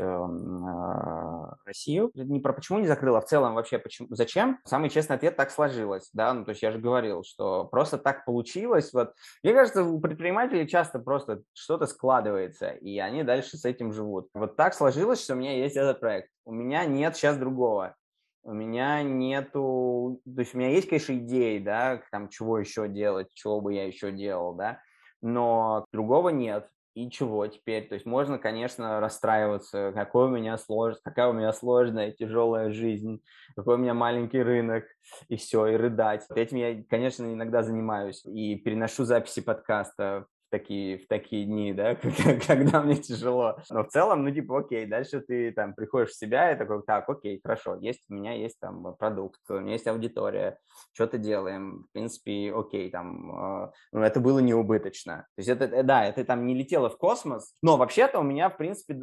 Россию. Не про почему не закрыла, а в целом вообще почему, зачем. Самый честный ответ: так сложилось, да, ну то есть я же говорил, что просто так получилось. Вот мне кажется, у предпринимателей часто просто что-то складывается, и они дальше с этим живут. Вот так сложилось, что у меня есть этот проект. У меня нет сейчас другого. У меня нету, то есть у меня есть, конечно, идеи, да, там, чего еще делать, чего бы я еще делал, да, но другого нет. И чего теперь? То есть можно, конечно, расстраиваться, какая у меня сложная, тяжелая жизнь, какой у меня маленький рынок, и все, и рыдать. Этим я, конечно, иногда занимаюсь и переношу записи подкаста в такие дни, да, когда мне тяжело. Но в целом, ну, типа, окей, дальше ты там приходишь в себя и такой: так, окей, хорошо, у меня есть там продукт, у меня есть аудитория, что-то делаем, в принципе, окей, там, ну, это было неубыточно. То есть это, да, это там не летело в космос, но вообще-то у меня, в принципе,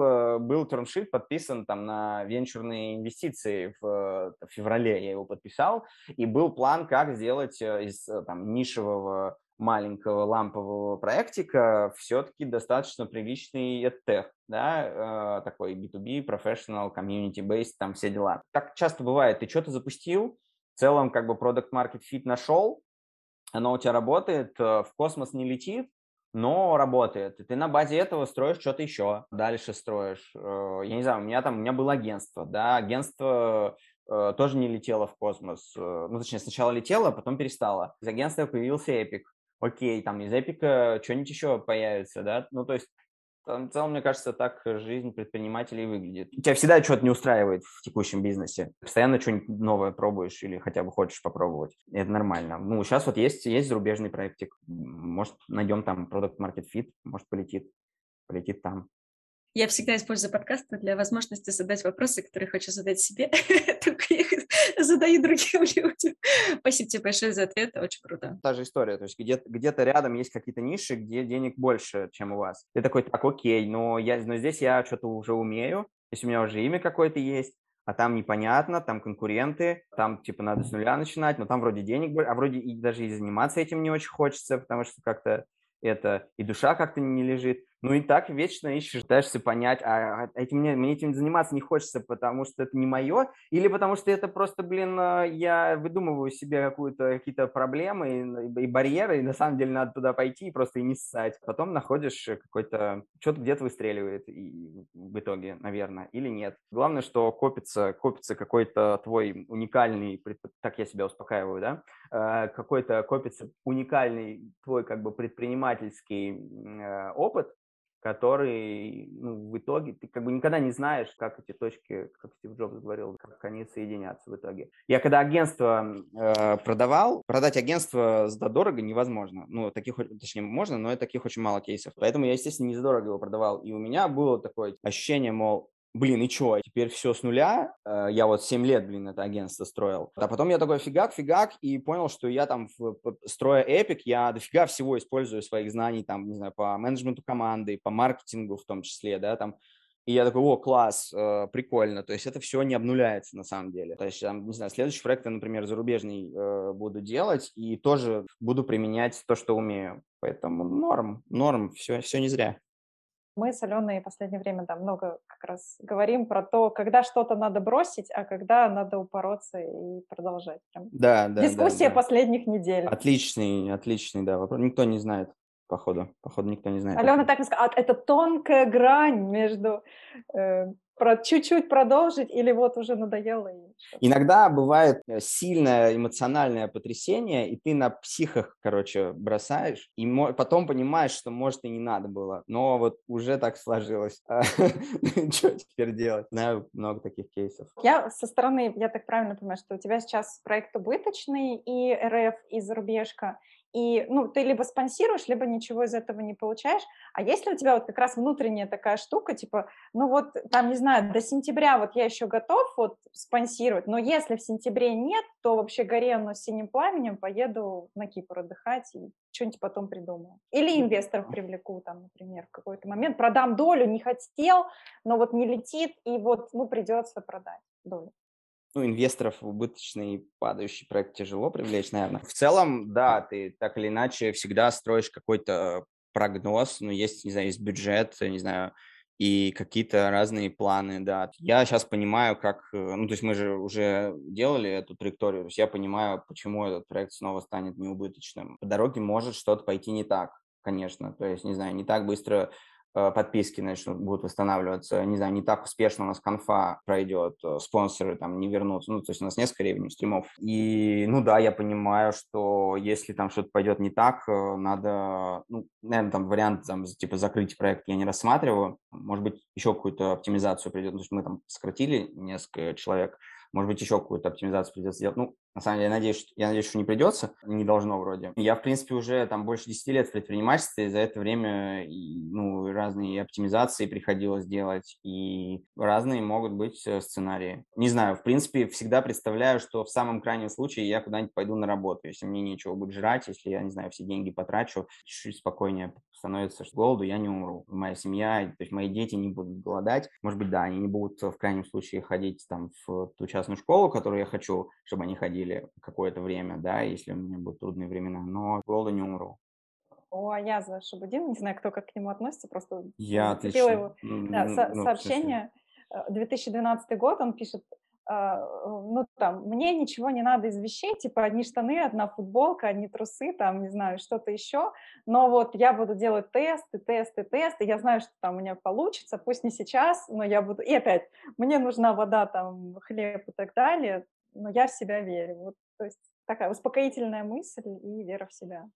был термшит подписан там на венчурные инвестиции в феврале, я его подписал, и был план, как сделать из там нишевого маленького лампового проектика все-таки достаточно приличный EdTech, да, такой B2B, professional, community-based, там все дела. Так часто бывает, ты что-то запустил, в целом как бы product market fit нашел, оно у тебя работает, в космос не летит, но работает. И ты на базе этого строишь что-то еще, дальше строишь. Я не знаю, у меня было агентство, да, агентство тоже не летело в космос. Ну, точнее, сначала летело, а потом перестало. Из агентства появился Epic. Окей, там из Эпика что-нибудь еще появится, да? Ну, то есть в целом, мне кажется, так жизнь предпринимателей выглядит. Тебя всегда что-то не устраивает в текущем бизнесе. Постоянно что-нибудь новое пробуешь или хотя бы хочешь попробовать. И это нормально. Ну, сейчас вот есть зарубежный проектик. Может, найдем там Product Market Fit, может, полетит там. Я всегда использую подкасты для возможности задать вопросы, которые хочу задать себе, только я их задаю другим людям. Спасибо тебе большое за ответ, очень круто. Та же история, то есть где-то рядом есть какие-то ниши, где денег больше, чем у вас. Ты такой: так, окей, но здесь я что-то уже умею, то есть у меня уже имя какое-то есть, а там непонятно, там конкуренты, там типа надо с нуля начинать, но там вроде денег больше, а вроде и даже и заниматься этим не очень хочется, потому что как-то это, и душа как-то не лежит. Ну и так вечно ищешь, пытаешься понять, мне этим заниматься не хочется, потому что это не мое, или потому что это просто, блин, я выдумываю себе какие-то проблемы и барьеры, и на самом деле надо туда пойти и просто и не ссать. Потом находишь что-то где-то выстреливает и в итоге, наверное, или нет. Главное, что копится какой-то твой уникальный, так я себя успокаиваю, да, какой-то копится уникальный твой как бы предпринимательский опыт, который, ну, в итоге ты как бы никогда не знаешь, как эти точки, как Стив Джобс говорил, как они соединятся в итоге. Я когда агентство продавал, продать агентство задорого невозможно. Ну, таких, точнее, можно, но таких очень мало кейсов. Поэтому я, естественно, не задорого его продавал. И у меня было такое ощущение, мол, блин, и чё, теперь все с нуля? Я вот 7 лет, блин, это агентство строил. А потом я такой фигак, и понял, что я там, строя Epic, я дофига всего использую своих знаний, там, не знаю, по менеджменту команды, по маркетингу в том числе, да, там. И я такой, о, класс, прикольно. То есть это все не обнуляется на самом деле. То есть, там, не знаю, следующий проект я, например, зарубежный буду делать и тоже буду применять то, что умею. Поэтому норм, все не зря. Мы с Аленой в последнее время, да, много как раз говорим про то, когда что-то надо бросить, а когда надо упороться и продолжать. Прям дискуссия Да. последних недель. Отличный, да, вопрос. Никто не знает, походу никто не знает. Алена так и сказала, это тонкая грань между чуть-чуть продолжить или вот уже надоело. Иногда бывает сильное эмоциональное потрясение, и ты на психах, короче, бросаешь, и потом понимаешь, что, может, и не надо было, но вот уже так сложилось. Что теперь делать? Знаю много таких кейсов. Я со стороны, я так правильно понимаю, что у тебя сейчас проект убыточный, и РФ, и зарубежка, и, ну, ты либо спонсируешь, либо ничего из этого не получаешь. А есть ли у тебя вот как раз внутренняя такая штука, типа, ну вот, там, не знаю, до сентября вот я еще готов вот спонсировать, но если в сентябре нет, то вообще гори оно синим пламенем, поеду на Кипр отдыхать и что-нибудь потом придумаю. Или инвесторов привлеку там, например, в какой-то момент, продам долю, не хотел, но вот не летит, и вот, ну, придется продать долю. Ну, инвесторов в убыточный падающий проект тяжело привлечь, наверное. В целом, да, ты так или иначе всегда строишь какой-то прогноз, ну, есть, не знаю, есть бюджет, не знаю, и какие-то разные планы, да. Я сейчас понимаю, как, ну, то есть мы же уже делали эту траекторию, то есть я понимаю, почему этот проект снова станет неубыточным. По дороге может что-то пойти не так, конечно, то есть, не знаю, не так быстро подписки начнут, будут восстанавливаться, не знаю, не так успешно у нас конфа пройдет, спонсоры там не вернутся, ну, то есть у нас несколько ревеню стримов. И, ну да, я понимаю, что если там что-то пойдет не так, надо, ну, наверное, там вариант, там, типа, закрыть проект я не рассматриваю, может быть, еще какую-то оптимизацию придет, потому что мы там сократили несколько человек, может быть, еще какую-то оптимизацию придется сделать. Ну, на самом деле, я надеюсь, что не придется, не должно вроде. Я, в принципе, уже там больше 10 лет в предпринимательстве, и за это время, ну, разные оптимизации приходилось делать, и разные могут быть сценарии. Не знаю, в принципе, всегда представляю, что в самом крайнем случае я куда-нибудь пойду на работу, если мне нечего будет жрать, если я, не знаю, все деньги потрачу, чуть-чуть спокойнее становится, что с голоду я не умру. Моя семья, то есть мои дети не будут голодать. Может быть, да, они не будут в крайнем случае ходить там в ту частную школу, которую я хочу, чтобы они ходили какое-то время, да, если у меня будут трудные времена, но с голоду не умру. О, Аяза Шабудин, не знаю, кто как к нему относится, просто Я зацепила отлично. его Ну, в смысле, сообщение. 2012 год, он пишет, ну, там, мне ничего не надо из вещей, типа, одни штаны, одна футболка, одни трусы, там, не знаю, что-то еще, но вот я буду делать тесты, я знаю, что там у меня получится, пусть не сейчас, но я буду... И опять, мне нужна вода, там, хлеб и так далее, но я в себя верю. Вот, то есть такая успокоительная мысль и вера в себя.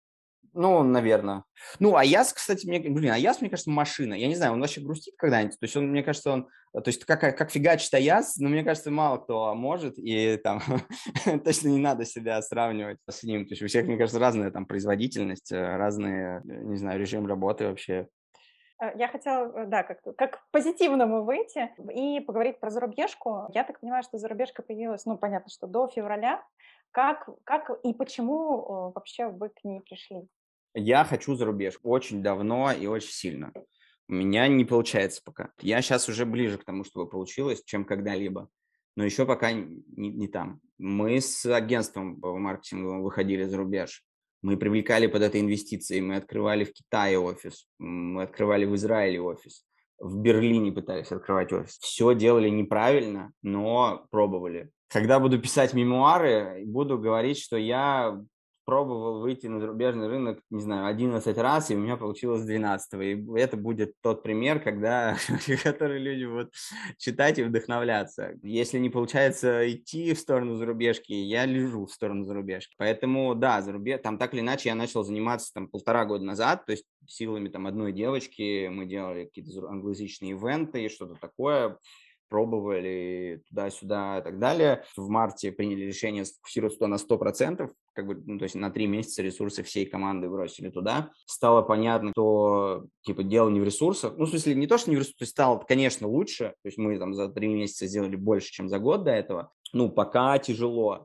ну, наверное. Ну, Аяс, кстати, мне кажется, машина. Я не знаю, он вообще грустит когда-нибудь? То есть он, мне кажется, то есть как фигачит Аяс, но мне кажется, мало кто может, и там точно не надо себя сравнивать с ним. То есть у всех, мне кажется, разная там производительность, разные, не знаю, режим работы вообще. Я хотела, да, как к позитивному выйти и поговорить про зарубежку. Я так понимаю, что зарубежка появилась, ну, понятно, что до февраля. Как и почему вообще вы к ней пришли? Я хочу за рубеж очень давно и очень сильно. У меня не получается пока. Я сейчас уже ближе к тому, чтобы получилось, чем когда-либо. Но еще пока не там. Мы с агентством по маркетингу выходили за рубеж. Мы привлекали под это инвестиции. Мы открывали в Китае офис. Мы открывали в Израиле офис. В Берлине пытались открывать офис. Все делали неправильно, но пробовали. Когда буду писать мемуары, буду говорить, что я пробовал выйти на зарубежный рынок, не знаю, 11 раз, и у меня получилось 12. И это будет тот пример, когда, который люди будут читать и вдохновляться. Если не получается идти в сторону зарубежки, я лежу в сторону зарубежки. Поэтому, да, там так или иначе я начал заниматься там 1,5 года назад, то есть силами там одной девочки мы делали какие-то англоязычные ивенты и что-то такое, пробовали туда-сюда и так далее. В марте приняли решение сфокусироваться на 100%, как бы, ну, то есть на 3 месяца ресурсы всей команды бросили туда. Стало понятно, что, типа, дело не в ресурсах. Ну, в смысле, не то, что не в ресурсах, то есть стало, конечно, лучше. То есть мы там за 3 месяца сделали больше, чем за год до этого. Ну, пока тяжело.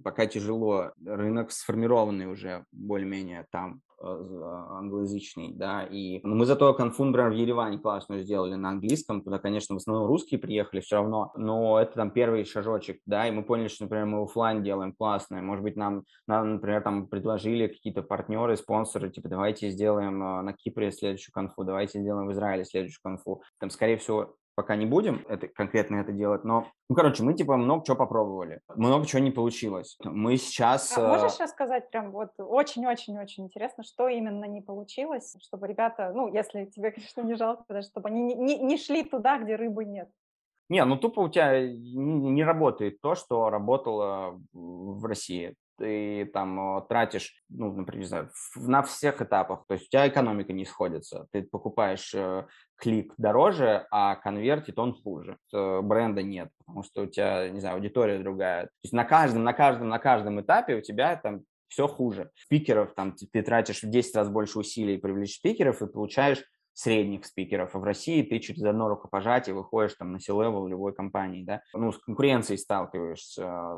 Рынок сформированный уже более-менее там англоязычный, да, и мы зато конфу, например, в Ереване классную сделали на английском, туда, конечно, в основном русские приехали все равно, но это там первый шажочек, да, и мы поняли, что, например, мы офлайн делаем классное, может быть, нам, например, там предложили какие-то партнеры, спонсоры, типа, давайте сделаем на Кипре следующую конфу, давайте сделаем в Израиле следующую конфу, там, скорее всего, пока не будем конкретно это делать, но, ну, короче, мы, типа, много чего попробовали, много чего не получилось. Мы сейчас... Можешь рассказать прям вот очень-очень-очень интересно, что именно не получилось, чтобы ребята, ну, если тебе, конечно, не жалко, даже чтобы они не шли туда, где рыбы нет? Не, ну тупо у тебя не работает то, что работало в России. Ты там тратишь, ну, например, не знаю, на всех этапах. То есть у тебя экономика не сходится. Ты покупаешь клик дороже, а конвертит он хуже. Бренда нет, потому что у тебя, не знаю, аудитория другая. То есть на каждом этапе у тебя там все хуже. Спикеров там ты тратишь в 10 раз больше усилий привлечь спикеров и получаешь средних спикеров, а в России ты через одно рукопожатие выходишь там на C-level любой компании, да, ну, с конкуренцией сталкиваешься,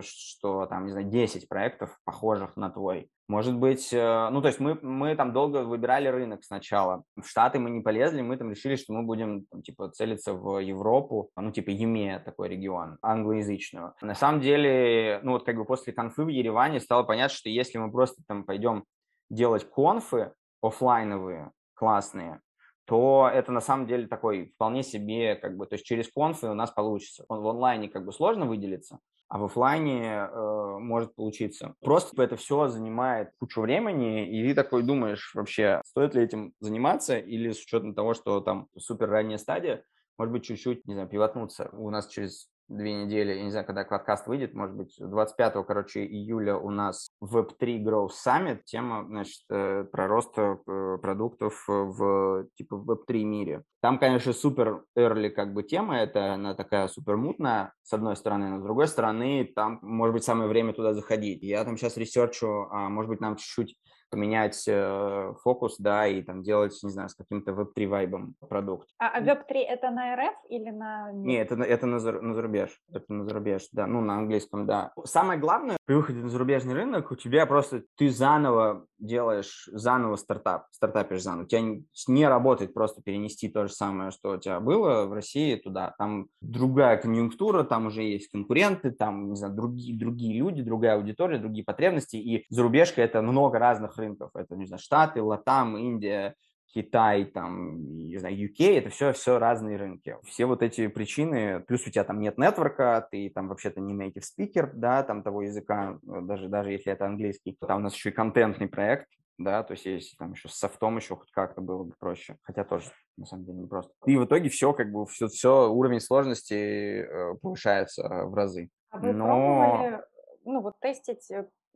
что там, не знаю, 10 проектов, похожих на твой. Может быть, ну, то есть мы там долго выбирали рынок сначала. В Штаты мы не полезли, мы там решили, что мы будем, там, типа, целиться в Европу, ну, типа, EMEA такой регион, англоязычного. На самом деле, ну, вот как бы после конфы в Ереване стало понятно, что если мы просто там пойдем делать конфы офлайновые, классные, то это на самом деле такой вполне себе, как бы, то есть через конфы у нас получится. В онлайне как бы сложно выделиться, а в офлайне может получиться. Просто это все занимает кучу времени, и ты такой думаешь вообще, стоит ли этим заниматься, или с учетом того, что там супер ранняя стадия, может быть, чуть-чуть, не знаю, пивотнуться. У нас через 2 недели, я не знаю, когда подкаст выйдет, может быть, 25 июля у нас Web3 Growth Summit, тема, значит, про рост продуктов в, типа, Web3 мире. Там, конечно, супер early как бы тема, она такая супер мутная, с одной стороны, но с другой стороны, там, может быть, самое время туда заходить. Я там сейчас ресерчу, может быть, нам чуть-чуть поменять фокус, да, и там делать, не знаю, с каким-то Web3 вайбом продукт. А Web3 это на РФ или на Не, мир? это на зарубеж. Это на зарубеж, да. Ну, на английском, да. Самое главное, при выходе на зарубежный рынок, у тебя просто, ты заново делаешь, заново стартапишь заново. У тебя не работает просто перенести то же самое, что у тебя было в России туда. Там другая конъюнктура, там уже есть конкуренты, там, не знаю, другие люди, другая аудитория, другие потребности. И зарубежка — это много разных рынков. Это, не знаю, Штаты, Латам, Индия, Китай, там, не знаю, UK, это все разные рынки. Все вот эти причины, плюс у тебя там нет нетворка, ты там вообще-то не native speaker, да, там того языка, даже если это английский. Там у нас еще и контентный проект, да, то есть если там еще с софтом еще хоть как-то было бы проще, хотя тоже на самом деле не просто. И в итоге все, как бы, все уровень сложности повышается в разы. А вы Но пробовали, ну, вот тестить,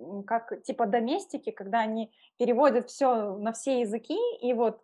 как типа доместики, когда они переводят все на все языки, и вот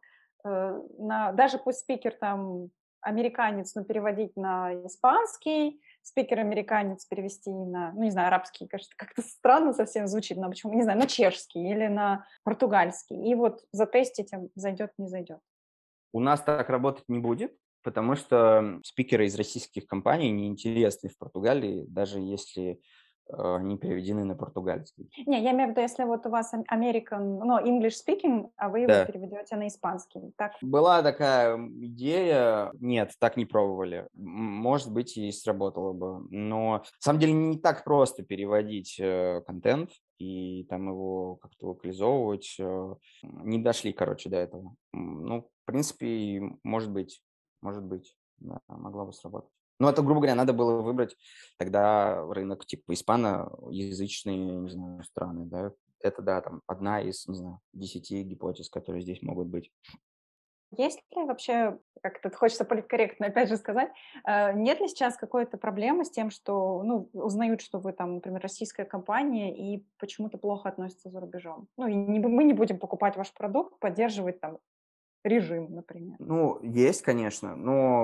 даже пусть спикер там американец, но переводить на испанский, спикер американец перевести на, ну, не знаю, арабский, кажется, как-то странно совсем звучит, но почему, не знаю, на чешский или на португальский, и вот затестить, зайдет, не зайдет. у нас так работать не будет, потому что спикеры из российских компаний неинтересны в Португалии, даже если они переведены на португальский. Не, я имею в виду, если вот у вас American, ну, English speaking, а вы его Да. переведете на испанский, так? Была такая идея, нет, так не пробовали. Может быть, и сработало бы. Но на самом деле не так просто переводить контент и там его как-то локализовывать. Не дошли, короче, до этого. Ну, в принципе, может быть, да, могла бы сработать. Ну, это, грубо говоря, надо было выбрать тогда рынок типа испаноязычные, не знаю, страны, да, это, да, там одна из, не знаю, 10 гипотез, которые здесь могут быть. Есть ли вообще, как это хочется политкорректно опять же сказать, нет ли сейчас какой-то проблемы с тем, что, ну, узнают, что вы там, например, российская компания и почему-то плохо относятся за рубежом? Ну, и мы не будем покупать ваш продукт, поддерживать там режим, например. Ну, есть, конечно,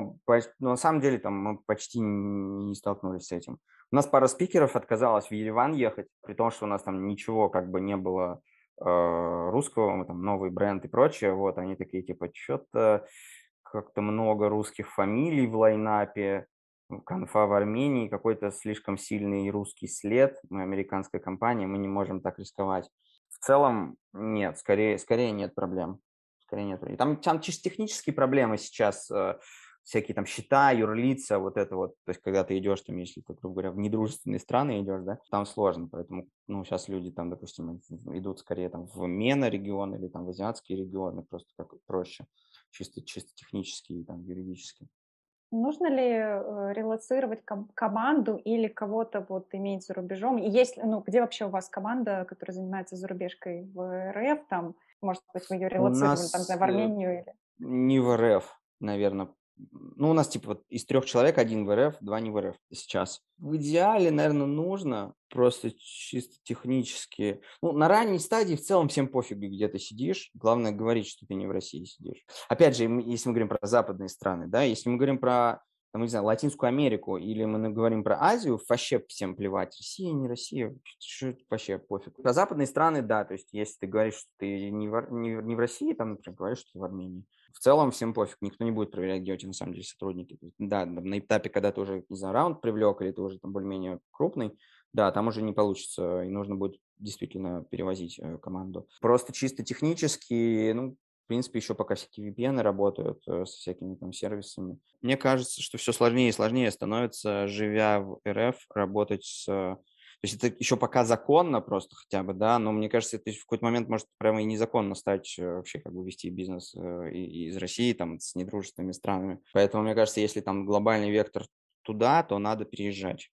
но на самом деле там мы почти не столкнулись с этим. У нас пара спикеров отказалась в Ереван ехать, при том, что у нас там ничего как бы не было русского, мы там новый бренд и прочее. Вот они такие типа, что-то как-то много русских фамилий в лайнапе, конфа в Армении, какой-то слишком сильный русский след. Мы американская компания, мы не можем так рисковать. В целом нет, скорее нет проблем. Скорее нет. И там чисто технические проблемы сейчас, всякие там счета, юрлица, вот это вот. То есть, когда ты идешь, там, если ты, грубо говоря, в недружественные страны идешь, да, там сложно. Поэтому, ну, сейчас люди там, допустим, идут скорее там в MENA регион или там в азиатские регионы, просто как проще, чисто технически и там юридически. Нужно ли релоцировать команду или кого-то вот иметь за рубежом? И есть, ну, где вообще у вас команда, которая занимается зарубежкой в РФ, там, может быть, вы ее У релоцировали, там, не знаю, нас в Армению или... не в РФ, наверное. Ну, у нас типа вот из 3 человек 1 в РФ, 2 не в РФ сейчас. В идеале, наверное, нужно, просто чисто технически. Ну, на ранней стадии в целом всем пофигу, где ты сидишь. Главное говорить, что ты не в России сидишь. Опять же, если мы говорим про западные страны, да, если мы говорим про, там, не знаю, Латинскую Америку или мы говорим про Азию, вообще всем плевать. Россия, не Россия, вообще пофиг. Про западные страны, да, то есть если ты говоришь, что ты не в России, там, например, говоришь, что ты в Армении. В целом всем пофиг, никто не будет проверять, где у тебя на самом деле сотрудники. То есть, да, на этапе, когда ты уже, не знаю, раунд привлек или ты уже там более-менее крупный, да, там уже не получится, и нужно будет действительно перевозить команду. Просто чисто технически, ну, в принципе, еще пока всякие VPN работают со всякими там сервисами. Мне кажется, что все сложнее и сложнее становится, живя в РФ, работать с... То есть это еще пока законно просто хотя бы, да, но мне кажется, это в какой-то момент может прямо и незаконно стать вообще как бы вести бизнес из России там с недружественными странами. Поэтому мне кажется, если там глобальный вектор туда, то надо переезжать.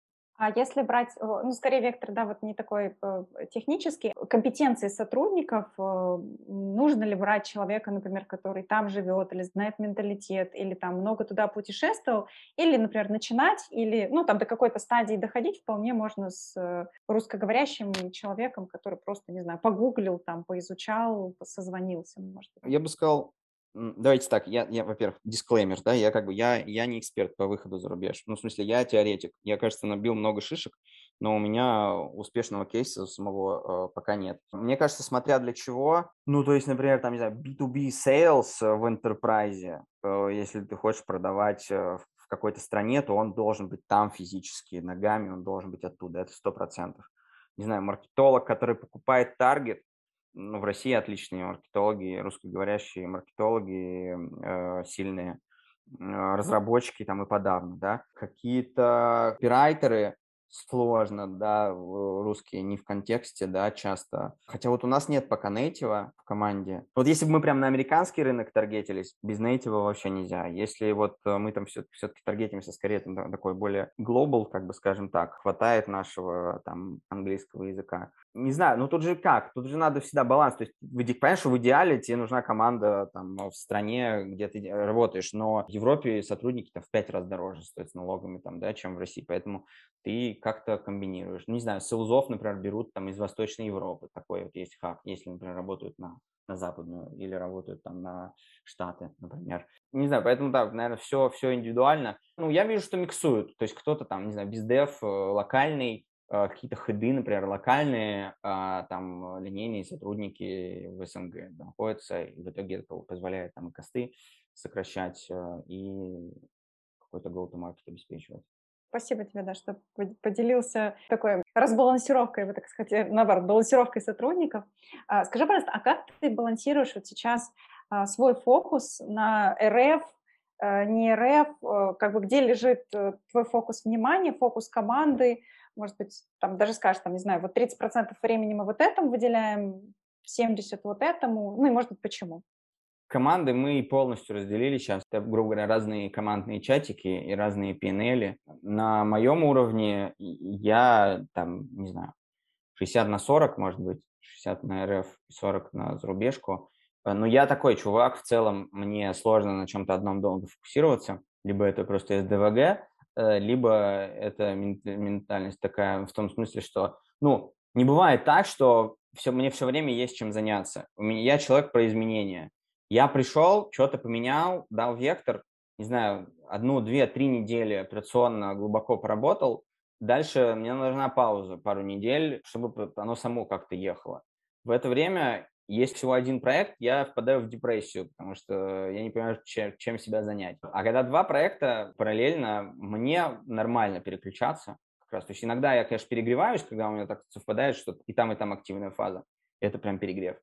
А если брать, ну, скорее вектор, да, вот не такой технический, компетенции сотрудников, нужно ли брать человека, например, который там живет или знает менталитет, или там много туда путешествовал, или, например, начинать, или, ну, там до какой-то стадии доходить вполне можно с русскоговорящим человеком, который просто, не знаю, погуглил, там, поизучал, созвонился, может быть. Я бы сказал, давайте так, во-первых, дисклеймер, да, я как бы, я не эксперт по выходу за рубеж. Ну, в смысле, я теоретик. Я, кажется, набил много шишек, но у меня успешного кейса самого пока нет. Мне кажется, смотря для чего, ну, то есть, например, там, не знаю, B2B sales в enterprise, если ты хочешь продавать в какой-то стране, то он должен быть там физически, ногами, он должен быть оттуда, это 100%. Не знаю, маркетолог, который покупает таргет, ну, в России отличные маркетологи, русскоговорящие маркетологи, сильные, разработчики там и подавно, да. Какие-то копирайтеры сложно, да, русские не в контексте, да, часто. Хотя вот у нас нет пока нейтива в команде. Вот если бы мы прям на американский рынок таргетились, без нейтива вообще нельзя. Если вот мы там все-таки таргетимся скорее там, такой более global, как бы скажем так, хватает нашего там английского языка. Не знаю, ну тут же как? Тут же надо всегда баланс. То есть, понимаешь, что в идеале тебе нужна команда там в стране, где ты работаешь, но в Европе сотрудники там в 5 раз дороже стоят с налогами там, да, чем в России. Поэтому ты как-то комбинируешь. Ну, не знаю, селзов, например, берут там из Восточной Европы. Такой вот есть хаб, если, например, работают на западную или работают там на Штаты, например. Не знаю, поэтому, да, наверное, все индивидуально. Ну, я вижу, что миксуют. То есть кто-то там, не знаю, бездев локальный, какие-то хеды, например, локальные, там линейные сотрудники в СНГ находятся, и в итоге это позволяет там и косты сокращать, и какой-то go-to-market обеспечивать. Спасибо тебе, да, что поделился такой разбалансировкой, вы так сказать, наоборот, балансировкой сотрудников. Скажи, пожалуйста, а как ты балансируешь вот сейчас свой фокус на РФ, не РФ, как бы где лежит твой фокус внимания, фокус команды, может быть, там даже скажешь, там, не знаю, вот 30% времени мы вот этому выделяем, 70% вот этому, ну и, может быть, почему? Команды мы полностью разделили сейчас. Это, грубо говоря, разные командные чатики и разные PNL. На моем уровне я там, не знаю, 60/40, может быть, 60 на РФ, 40 на зарубежку. Но я такой чувак, в целом мне сложно на чем-то одном долго фокусироваться. Либо это просто СДВГ, либо это ментальность такая в том смысле, что, ну, не бывает так, что мне все время есть чем заняться. Я человек про изменения. Я пришел, что-то поменял, дал вектор, не знаю, 1, 2, 3 недели операционно глубоко поработал, дальше мне нужна пауза пару недель, чтобы оно само как-то ехало. В это время есть всего один проект, я впадаю в депрессию, потому что я не понимаю, чем себя занять. А когда 2 проекта параллельно, мне нормально переключаться как раз. То есть иногда я, конечно, перегреваюсь, когда у меня так совпадает, что и там активная фаза. Это прям перегрев.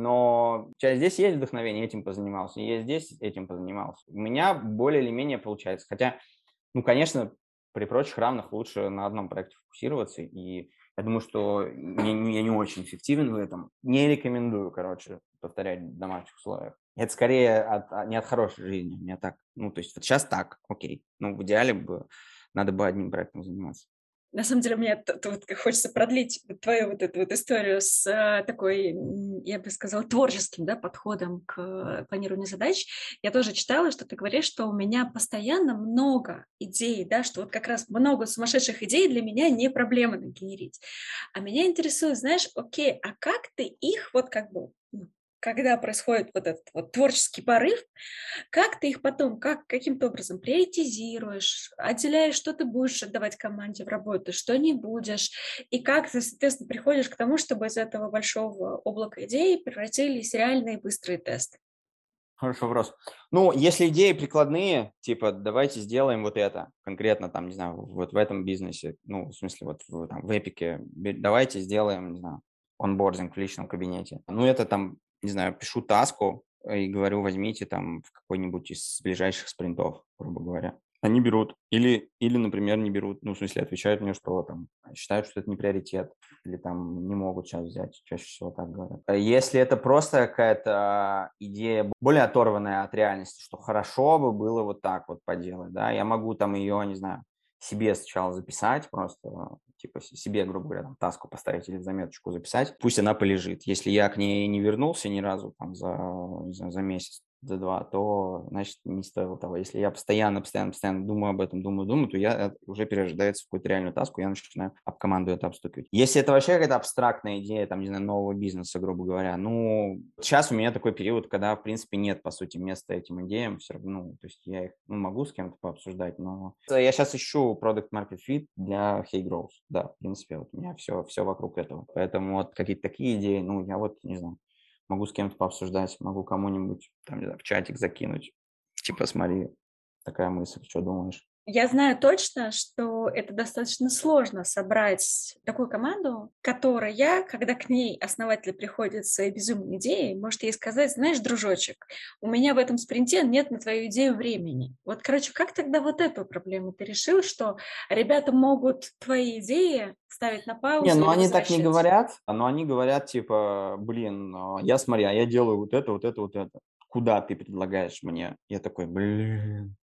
Но здесь есть вдохновение, этим позанимался, и я здесь этим позанимался. У меня более или менее получается. Хотя, ну, конечно, при прочих равных лучше на одном проекте фокусироваться, и я думаю, что я не очень эффективен в этом. Не рекомендую, короче, повторять в домашних условиях. Это скорее не от хорошей жизни, не так. Ну, то есть вот сейчас так, окей. Ну, в идеале надо бы одним проектом заниматься. На самом деле, мне вот хочется продлить твою вот эту вот историю с такой, я бы сказала, творческим, да, подходом к планированию задач. Я тоже читала, что ты говоришь, что у меня постоянно много идей, да, что вот как раз много сумасшедших идей для меня не проблема нагенерить. А меня интересует, знаешь, окей, а как ты их вот как бы, когда происходит вот этот вот творческий порыв, как ты их потом, каким-то образом приоритизируешь, отделяешь, что ты будешь отдавать команде в работу, что не будешь, и как ты, соответственно, приходишь к тому, чтобы из этого большого облака идей превратились в реальные быстрые тесты? Хороший вопрос. Ну, если идеи прикладные, типа, давайте сделаем вот это, конкретно там, не знаю, вот в этом бизнесе, ну, в смысле, вот в Эпике, давайте сделаем, не знаю, онбординг в личном кабинете. Ну, это там, не знаю, пишу таску и говорю, возьмите там в какой-нибудь из ближайших спринтов, грубо говоря. Они берут. Или, например, не берут, ну, в смысле, отвечают мне, что там считают, что это не приоритет, или там не могут сейчас взять, чаще всего так говорят. Если это просто какая-то идея более оторванная от реальности, что хорошо бы было вот так вот поделать, да, я могу там ее, не знаю, себе сначала записать, просто типа себе, грубо говоря, там, таску поставить или в заметочку записать, пусть она полежит. Если я к ней не вернулся ни разу там не знаю, за месяц, за 2, то, значит, не стоило того. Если я постоянно думаю об этом, думаю, то я уже перерождается в какую-то реальную таску, я начинаю об команду это обстукивать. Если это вообще какая-то абстрактная идея, там, не знаю, нового бизнеса, грубо говоря, ну, сейчас у меня такой период, когда, в принципе, нет, по сути, места этим идеям, все равно, ну, то есть я их, ну, могу с кем-то пообсуждать, но я сейчас ищу Product Market Fit для Hey Growth, да, в принципе, вот у меня все вокруг этого. Поэтому вот какие-то такие идеи, ну, я вот, не знаю, могу с кем-то пообсуждать, могу кому-нибудь там, не знаю, в чатик закинуть. Типа, смотри, такая мысль, что думаешь? Я знаю точно, что это достаточно сложно собрать такую команду, которая, когда к ней основатель приходит с своей безумной идеей, может ей сказать, знаешь, дружочек, у меня в этом спринте нет на твою идею времени. Вот, короче, как тогда вот эту проблему ты решил, что ребята могут твои идеи ставить на Не, паузу ну или они так не возвращать? говорят, но они говорят, типа, блин, смотри, а я делаю вот это, вот это, вот это. Куда ты предлагаешь мне? Я такой, блин,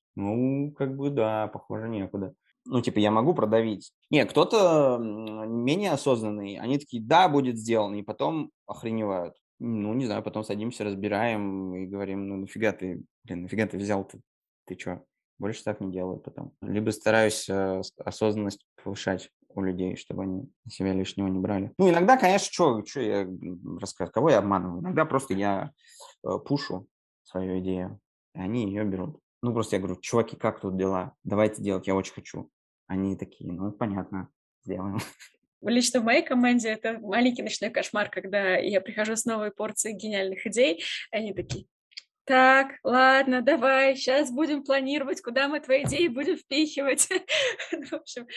ну, как бы да, похоже, некуда. Ну, типа, я могу продавить. Не, кто-то менее осознанный, они такие, да, будет сделано, и потом охреневают. Ну, не знаю, потом садимся, разбираем и говорим, ну, нафига ты взял, ты чё? Больше так не делаю потом. Либо стараюсь осознанность повышать у людей, чтобы они на себя лишнего не брали. Ну, иногда, конечно, что я рассказываю, кого я обманываю? Иногда просто я пушу свою идею, и они ее берут. Ну, просто я говорю, чуваки, как тут дела? Давайте делать, я очень хочу. Они такие, ну, понятно, сделаем. Лично в моей команде это маленький ночной кошмар, когда я прихожу с новой порцией гениальных идей, и они такие, так, ладно, давай, сейчас будем планировать, куда мы твои идеи будем впихивать. В общем,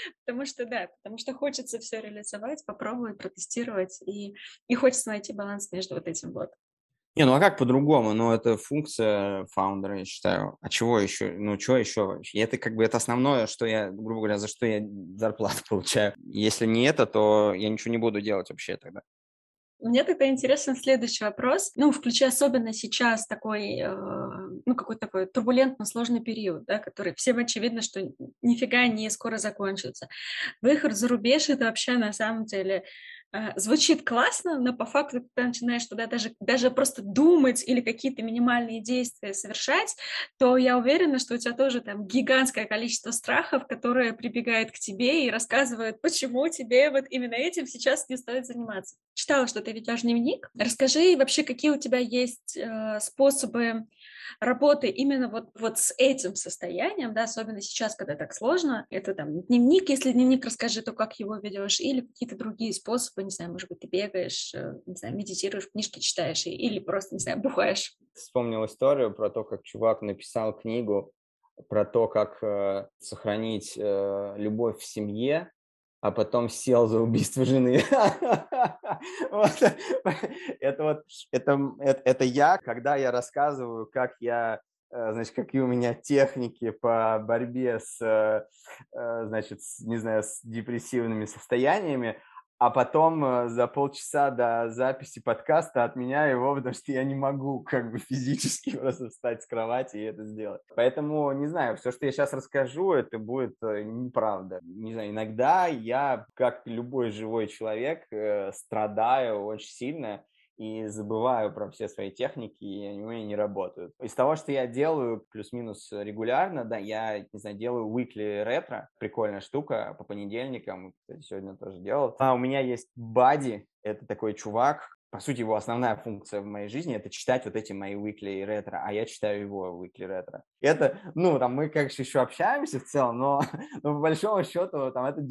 потому что хочется все реализовать, попробовать, протестировать, и хочется найти баланс между вот этим вот. Не, ну а как по-другому? Ну, это функция фаундера, я считаю. А чего еще? Ну, что еще вообще? Это как бы это основное, что я, грубо говоря, за что я зарплату получаю. Если не это, то я ничего не буду делать вообще тогда. Мне тогда интересен следующий вопрос, включая особенно сейчас такой, какой-то такой турбулентно сложный период, да, который всем очевидно, что нифига не скоро закончится. Выход за рубеж — это вообще на самом деле Звучит классно, но по факту, когда начинаешь туда даже просто думать или какие-то минимальные действия совершать, то я уверена, что у тебя тоже там гигантское количество страхов, которые прибегают к тебе и рассказывают, почему тебе вот именно этим сейчас не стоит заниматься. Читала, что ты ведешь дневник. Расскажи вообще, какие у тебя есть способы работы именно вот с этим состоянием, да, особенно сейчас, когда так сложно. Это там дневник, если дневник, расскажи, то как его ведешь, или какие-то другие способы, не знаю, может быть, ты бегаешь, не знаю, медитируешь, книжки читаешь, или просто, не знаю, бухаешь. Вспомнил историю про то, как чувак написал книгу про то, как сохранить любовь в семье, а потом сел за убийство жены. Вот. Это я, когда я рассказываю, как я, значит, какие у меня техники по борьбе с, значит, не знаю, с депрессивными состояниями, а потом за полчаса до записи подкаста отменяю его, потому что я не могу как бы физически просто встать с кровати и это сделать. Поэтому, не знаю, все, что я сейчас расскажу, это будет неправда. Не знаю, иногда я, как любой живой человек, страдаю очень сильно и забываю про все свои техники, и они у меня не работают. Из того, что я делаю плюс-минус регулярно, да, я, не знаю, делаю weekly ретро, прикольная штука, по понедельникам, кстати, сегодня тоже делал. А у меня есть Бади, это такой чувак, по сути, его основная функция в моей жизни – это читать вот эти мои weekly ретро, а я читаю его weekly ретро. Это, ну, там мы, конечно, еще общаемся в целом, но по большому счету там это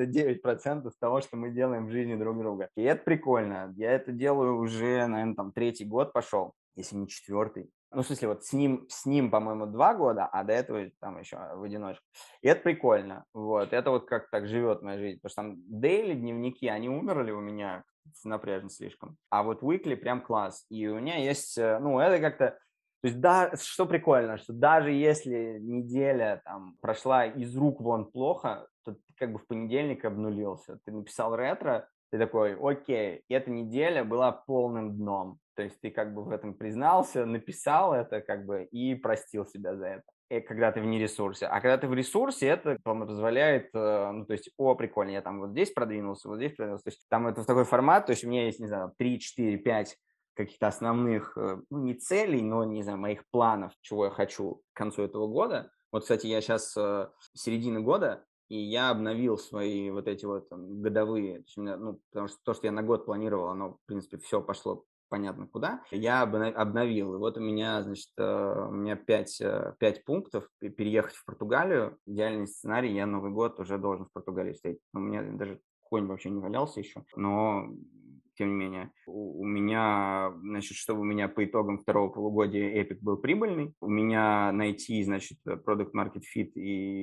99% того, что мы делаем в жизни друг друга. И это прикольно. Я это делаю уже, наверное, там 3-й год пошел, если не 4-й. Ну, в смысле, вот с ним, по-моему, 2 года, а до этого там еще в одиночку. И это прикольно. Вот. Это вот как так живет моя жизнь. Потому что там дейли дневники, они умерли у меня напряжен слишком. А вот weekly прям класс. И у меня есть, ну, это как-то... То есть, да, что прикольно, что даже если неделя там прошла из рук вон плохо, то ты как бы в понедельник обнулился. Ты написал ретро, ты такой, окей, эта неделя была полным дном. То есть ты как бы в этом признался, написал это как бы и простил себя за это. И когда ты в нересурсе. А когда ты в ресурсе, это позволяет, ну, то есть, прикольно, я там вот здесь продвинулся, вот здесь продвинулся. То есть там это в такой формат, то есть у меня есть, не знаю, 3, 4, 5 каких-то основных, ну, не целей, но, не знаю, моих планов, чего я хочу к концу этого года. Вот, кстати, я сейчас середина года, и я обновил свои вот эти вот там, годовые, то есть у меня, ну, потому что то, что я на год планировал, оно, в принципе, все пошло понятно куда. Я обновил. И вот у меня, значит, у меня 5 пунктов. Переехать в Португалию. Идеальный сценарий, я Новый год уже должен в Португалии встретить. У меня даже конь вообще не валялся еще, но тем не менее. У меня, значит, чтобы у меня по итогам второго полугодия Epic был прибыльный, у меня найти, значит, Product Market Fit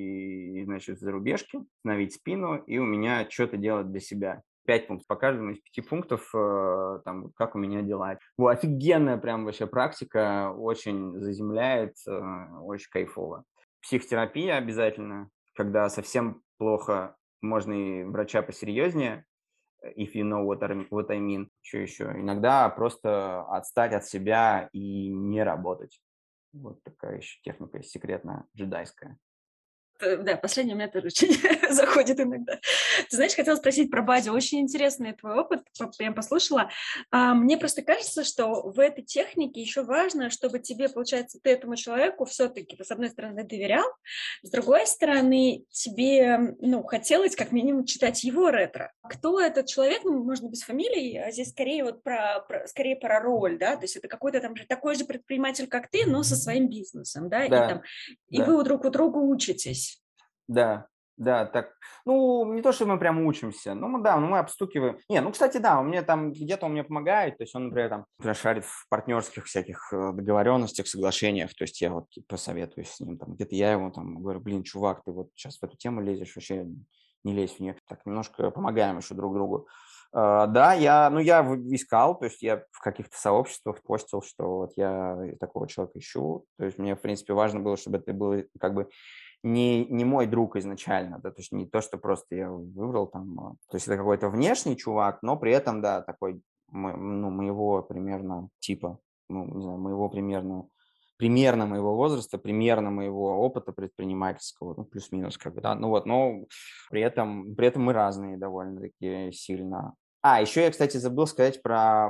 и значит, зарубежки, установить спину, и у меня что-то делать для себя. 5 пунктов. По каждому из 5 пунктов, там, как у меня дела. Офигенная прям вообще практика, очень заземляет, очень кайфово. Психотерапия обязательно, когда совсем плохо, можно и врача посерьезнее, if you know what I mean. Что еще? Иногда просто отстать от себя и не работать. Вот такая еще техника секретная, джедайская. Да, последний у меня тоже очень заходит иногда. Ты знаешь, хотела спросить про Бади. Очень интересный твой опыт, прям послушала. Мне просто кажется, что в этой технике еще важно, чтобы тебе, получается, ты этому человеку все-таки, с одной стороны, доверял, с другой стороны, тебе, ну, хотелось как минимум читать его ретро. Кто этот человек, ну, можно без фамилии, а здесь скорее вот скорее про роль, да, то есть это какой-то там такой же предприниматель, как ты, но со своим бизнесом, да, и там, Да, и вы да. друг у друга учитесь. Да, да, так, ну, не то, что мы прям учимся, да, мы обстукиваем. Не, ну, кстати, да, у меня там, где-то он мне помогает, то есть он, например, там, шарит в партнерских всяких договоренностях, соглашениях, то есть я вот типа советуюсь с ним, там, где-то я ему там говорю, блин, чувак, ты вот сейчас в эту тему лезешь, вообще не лезь в нее. Так, немножко помогаем еще друг другу. Да, я искал, то есть я в каких-то сообществах постил, что вот я такого человека ищу, то есть мне, в принципе, важно было, чтобы это было как бы не мой друг изначально, да, то есть не то, что просто я выбрал там, то есть это какой-то внешний чувак, но при этом, да, такой, ну, моего примерно типа, ну, не знаю, моего примерно моего возраста, примерно моего опыта предпринимательского, ну, плюс-минус, как бы, да, ну вот, но при этом мы разные довольно-таки сильно. Еще я, кстати, забыл сказать про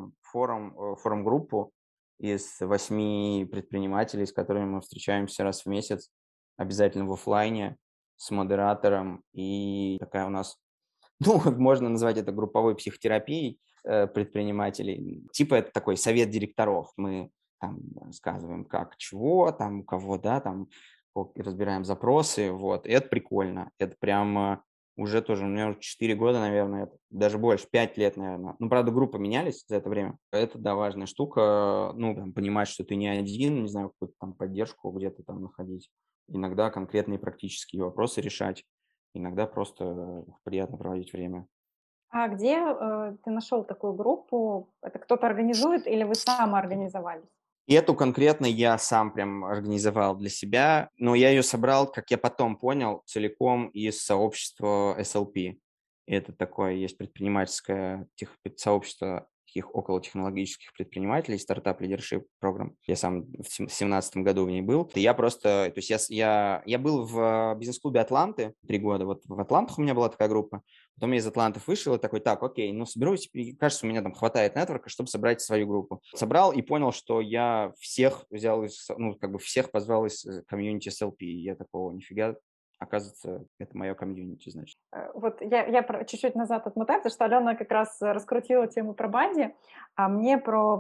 форум-группу из 8 предпринимателей, с которыми мы встречаемся раз в месяц, обязательно в оффлайне, с модератором. И такая у нас, можно назвать это групповой психотерапией предпринимателей. Типа это такой совет директоров. Мы там рассказываем, как, чего, там, у кого, да, там, разбираем запросы, вот. И это прикольно. Это прям уже тоже, у меня уже 4 года, наверное, даже больше, 5 лет, наверное. Правда, группы менялись за это время. Это, да, важная штука, там, понимать, что ты не один, не знаю, какую-то там поддержку где-то там находить. Иногда конкретные практические вопросы решать, иногда просто приятно проводить время. А где ты нашел такую группу? Это кто-то организует или вы самоорганизовались? И эту конкретно я сам прям организовал для себя, но я ее собрал, как я потом понял, целиком из сообщества SLP. Это такое есть предпринимательское сообщество таких околотехнологических предпринимателей, стартап лидершип программ. Я сам в 2017 году в ней был. И я просто, то есть я был в бизнес-клубе Атланты 3 года. Вот в Атлантах у меня была такая группа. Потом я из Атлантов вышел и такой, так, окей, соберусь. И кажется, у меня там хватает нетворка, чтобы собрать свою группу. Собрал и понял, что я всех взял всех позвал из комьюнити SLP. И я такого, нифига, оказывается, это мое комьюнити, значит. Вот я чуть-чуть назад отмотаю, потому что Алена как раз раскрутила тему про Бади, а мне про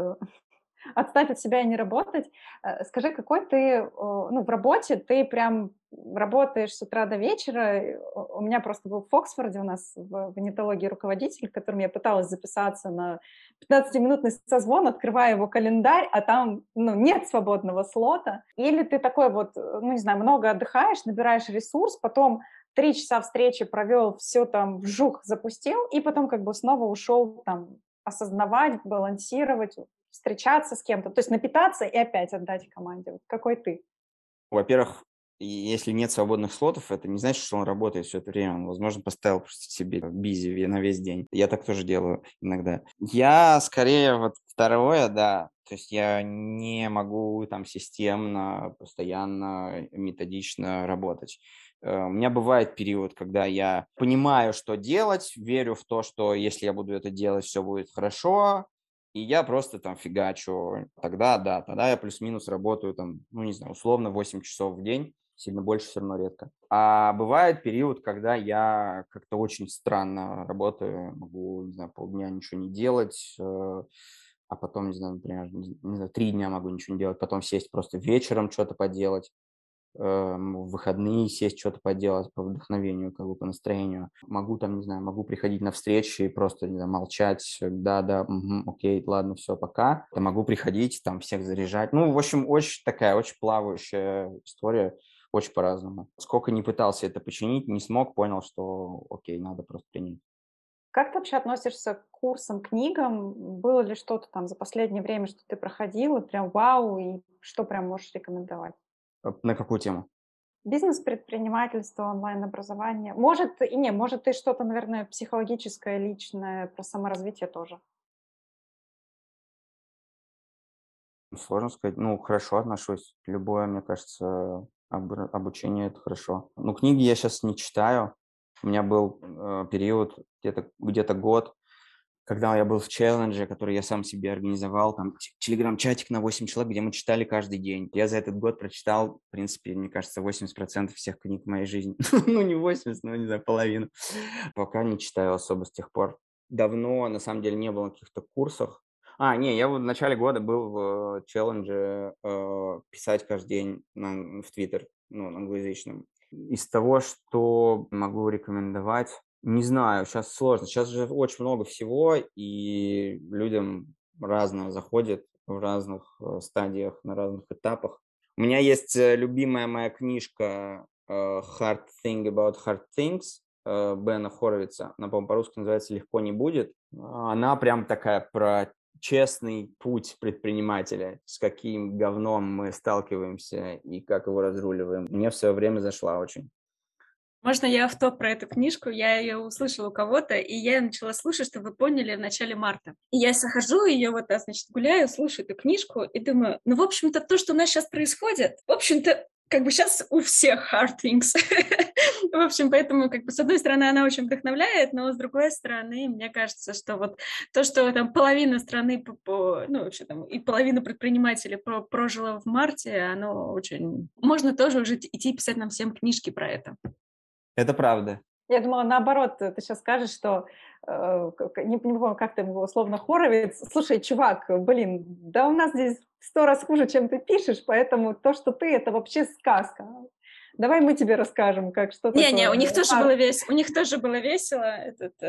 отстать от себя и не работать. Скажи, какой ты, в работе ты прям работаешь с утра до вечера? У меня просто был в Оксфорде у нас в нетологии руководитель, к которому я пыталась записаться на 15-минутный созвон, открываю его календарь, а там, нет свободного слота. Или ты такой не знаю, много отдыхаешь, набираешь ресурс, потом 3 часа встречи провел, все там вжух запустил, и потом снова ушел там осознавать, балансировать, встречаться с кем-то, то есть напитаться и опять отдать команде. Вот какой ты? Во-первых, если нет свободных слотов, это не значит, что он работает все это время. Он, возможно, поставил просто себе бизи на весь день. Я так тоже делаю иногда. Я скорее второе, да. То есть я не могу там системно, постоянно, методично работать. У меня бывает период, когда я понимаю, что делать, верю в то, что если я буду это делать, все будет хорошо, и я просто там фигачу. Тогда я плюс-минус работаю там, не знаю, условно 8 часов в день. Сильно больше все равно редко. А бывает период, когда я как-то очень странно работаю, могу, не знаю, полдня ничего не делать, а потом, не знаю, например, 3 дня могу ничего не делать, потом сесть просто вечером что-то поделать, в выходные сесть, что-то поделать по вдохновению, по настроению. Могу там, не знаю, могу приходить на встречи и просто, не знаю, молчать, да, окей, ладно, все, пока. Я могу приходить, там, всех заряжать. В общем, очень плавающая история, очень по-разному. Сколько не пытался это починить, не смог, понял, что окей, надо просто принять. Как ты вообще относишься к курсам, книгам? Было ли что-то там за последнее время, что ты проходила, прям вау, и что прям можешь рекомендовать? На какую тему? Бизнес, предпринимательство, онлайн-образование. Может, и не, может, ты что-то, наверное, психологическое, личное, про саморазвитие тоже. Сложно сказать. Хорошо отношусь. Любое, мне кажется, обучение – это хорошо. Книги я сейчас не читаю. У меня был период, где-то год, когда я был в челлендже, который я сам себе организовал, там телеграм-чатик на 8 человек, где мы читали каждый день. Я за этот год прочитал, в принципе, мне кажется, 80% всех книг в моей жизни. Не 80, но, не знаю, половину. Пока не читаю особо с тех пор. Давно, на самом деле, не было на каких-то курсах. Не, я в начале года был в челлендже писать каждый день в Твиттер, англоязычном. Из того, что могу рекомендовать, не знаю, сейчас сложно. Сейчас же очень много всего, и людям разное заходит в разных стадиях, на разных этапах. У меня есть любимая моя книжка «Hard Thing About Hard Things» Бена Хоровица. Она, по-моему, по-русски называется «Легко не будет». Она прям такая про честный путь предпринимателя, с каким говном мы сталкиваемся и как его разруливаем. Мне в свое время зашла очень. Можно я автоп про эту книжку? Я ее услышала у кого-то, и я начала слушать, чтобы вы поняли, в начале марта. И я захожу, ее гуляю, слушаю эту книжку и думаю, в общем-то, то, что у нас сейчас происходит, в общем-то, как бы сейчас у всех hard things. В общем, поэтому, как бы, с одной стороны, она очень вдохновляет, но с другой стороны, мне кажется, что вот то, что там половина страны, ну, вообще там, и половина предпринимателей прожила в марте, оно очень... Можно тоже уже идти писать нам всем книжки про это. Это правда. Я думала, наоборот, ты сейчас скажешь, что, не помню, как ты его условно Хоровиц, слушай, чувак, блин, да у нас здесь 100 раз хуже, чем ты пишешь, поэтому то, что ты, это вообще сказка. Давай мы тебе расскажем, что Не-не, такое. у них тоже было весело. У них тоже было весело.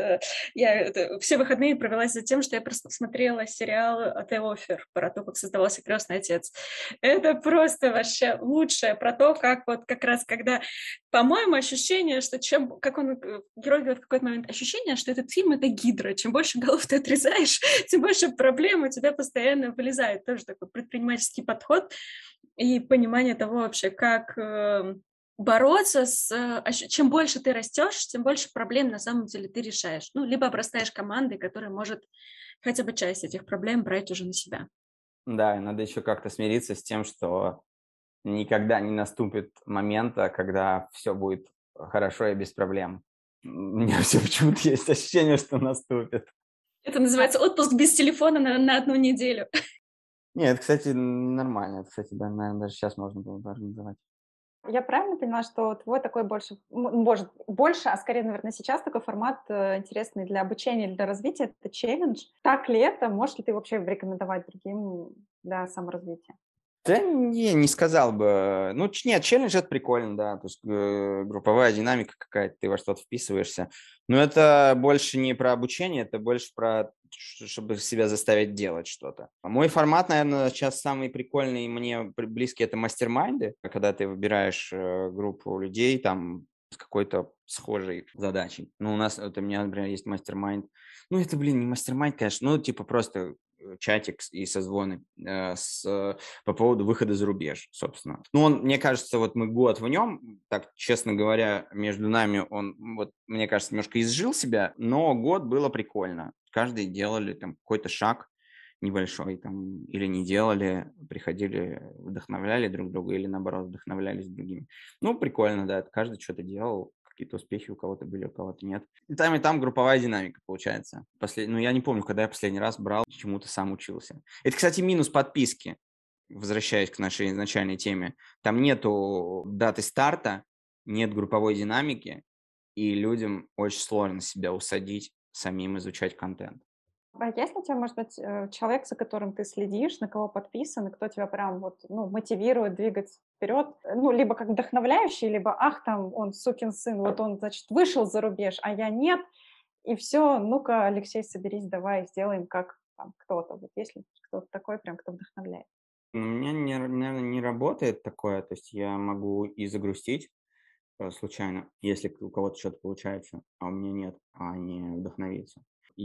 Я все выходные провела за тем, что я просто смотрела сериал The Offer про то, как создавался «Крестный отец». Это просто вообще лучшее про то, как вот как раз когда, по-моему, ощущение, что герой говорит в какой-то момент, ощущение, что этот фильм — это гидра. Чем больше голов ты отрезаешь, тем больше проблем у тебя постоянно вылезает. Тоже такой предпринимательский подход и понимание того вообще, как бороться чем больше ты растешь, тем больше проблем на самом деле ты решаешь. Ну, либо обрастаешь командой, которая может хотя бы часть этих проблем брать уже на себя. Да, и надо еще как-то смириться с тем, что никогда не наступит момента, когда все будет хорошо и без проблем. У меня все почему-то есть ощущение, что наступит. Это называется отпуск без телефона на 1 неделю. Нет, это, кстати, нормально. Это, кстати, да, наверное, даже сейчас можно было бы организовать. Я правильно поняла, что твой такой больше, может, больше, а скорее, наверное, сейчас такой формат интересный для обучения или для развития — это челлендж. Так ли это? Можешь ли ты вообще рекомендовать другим для саморазвития? Да не сказал бы. Ну, нет, челлендж — это прикольно, да. То есть групповая динамика какая-то, ты во что-то вписываешься. Но это больше не про обучение, это больше про, чтобы себя заставить делать что-то. Мой формат, наверное, сейчас самый прикольный и мне близкий — это мастер-майнды, когда ты выбираешь группу людей там с какой-то схожей задачей. Ну, у меня, например, есть мастер-майнд. Ну, это, не мастер-майнд, конечно, ну, типа просто чатик и созвоны по поводу выхода за рубеж, собственно. Ну, мне кажется, вот мы год в нем, так, честно говоря, между нами он, вот, мне кажется, немножко изжил себя, но год было прикольно. Каждый делали там какой-то шаг небольшой, там, или не делали, приходили, вдохновляли друг друга, или, наоборот, вдохновлялись другими. Ну, прикольно, да, каждый что-то делал, какие-то успехи у кого-то были, у кого-то нет. И там групповая динамика получается. Я не помню, когда я последний раз брал, чему-то сам учился. Это, кстати, минус подписки, возвращаясь к нашей изначальной теме. Там нету даты старта, нет групповой динамики, и людям очень сложно себя усадить, самим изучать контент. А есть ли у тебя, может быть, человек, за которым ты следишь, на кого подписан, и кто тебя прям вот, мотивирует двигаться вперед? Ну, либо как вдохновляющий, либо, ах, там, он сукин сын, вот он, значит, вышел за рубеж, а я нет, и все, ну-ка, Алексей, соберись, давай, сделаем как там кто-то. Вот есть ли кто-то такой прям, кто вдохновляет? У меня, наверное, не работает такое, то есть я могу и загрустить случайно, если у кого-то что-то получается, а у меня нет, а не вдохновиться.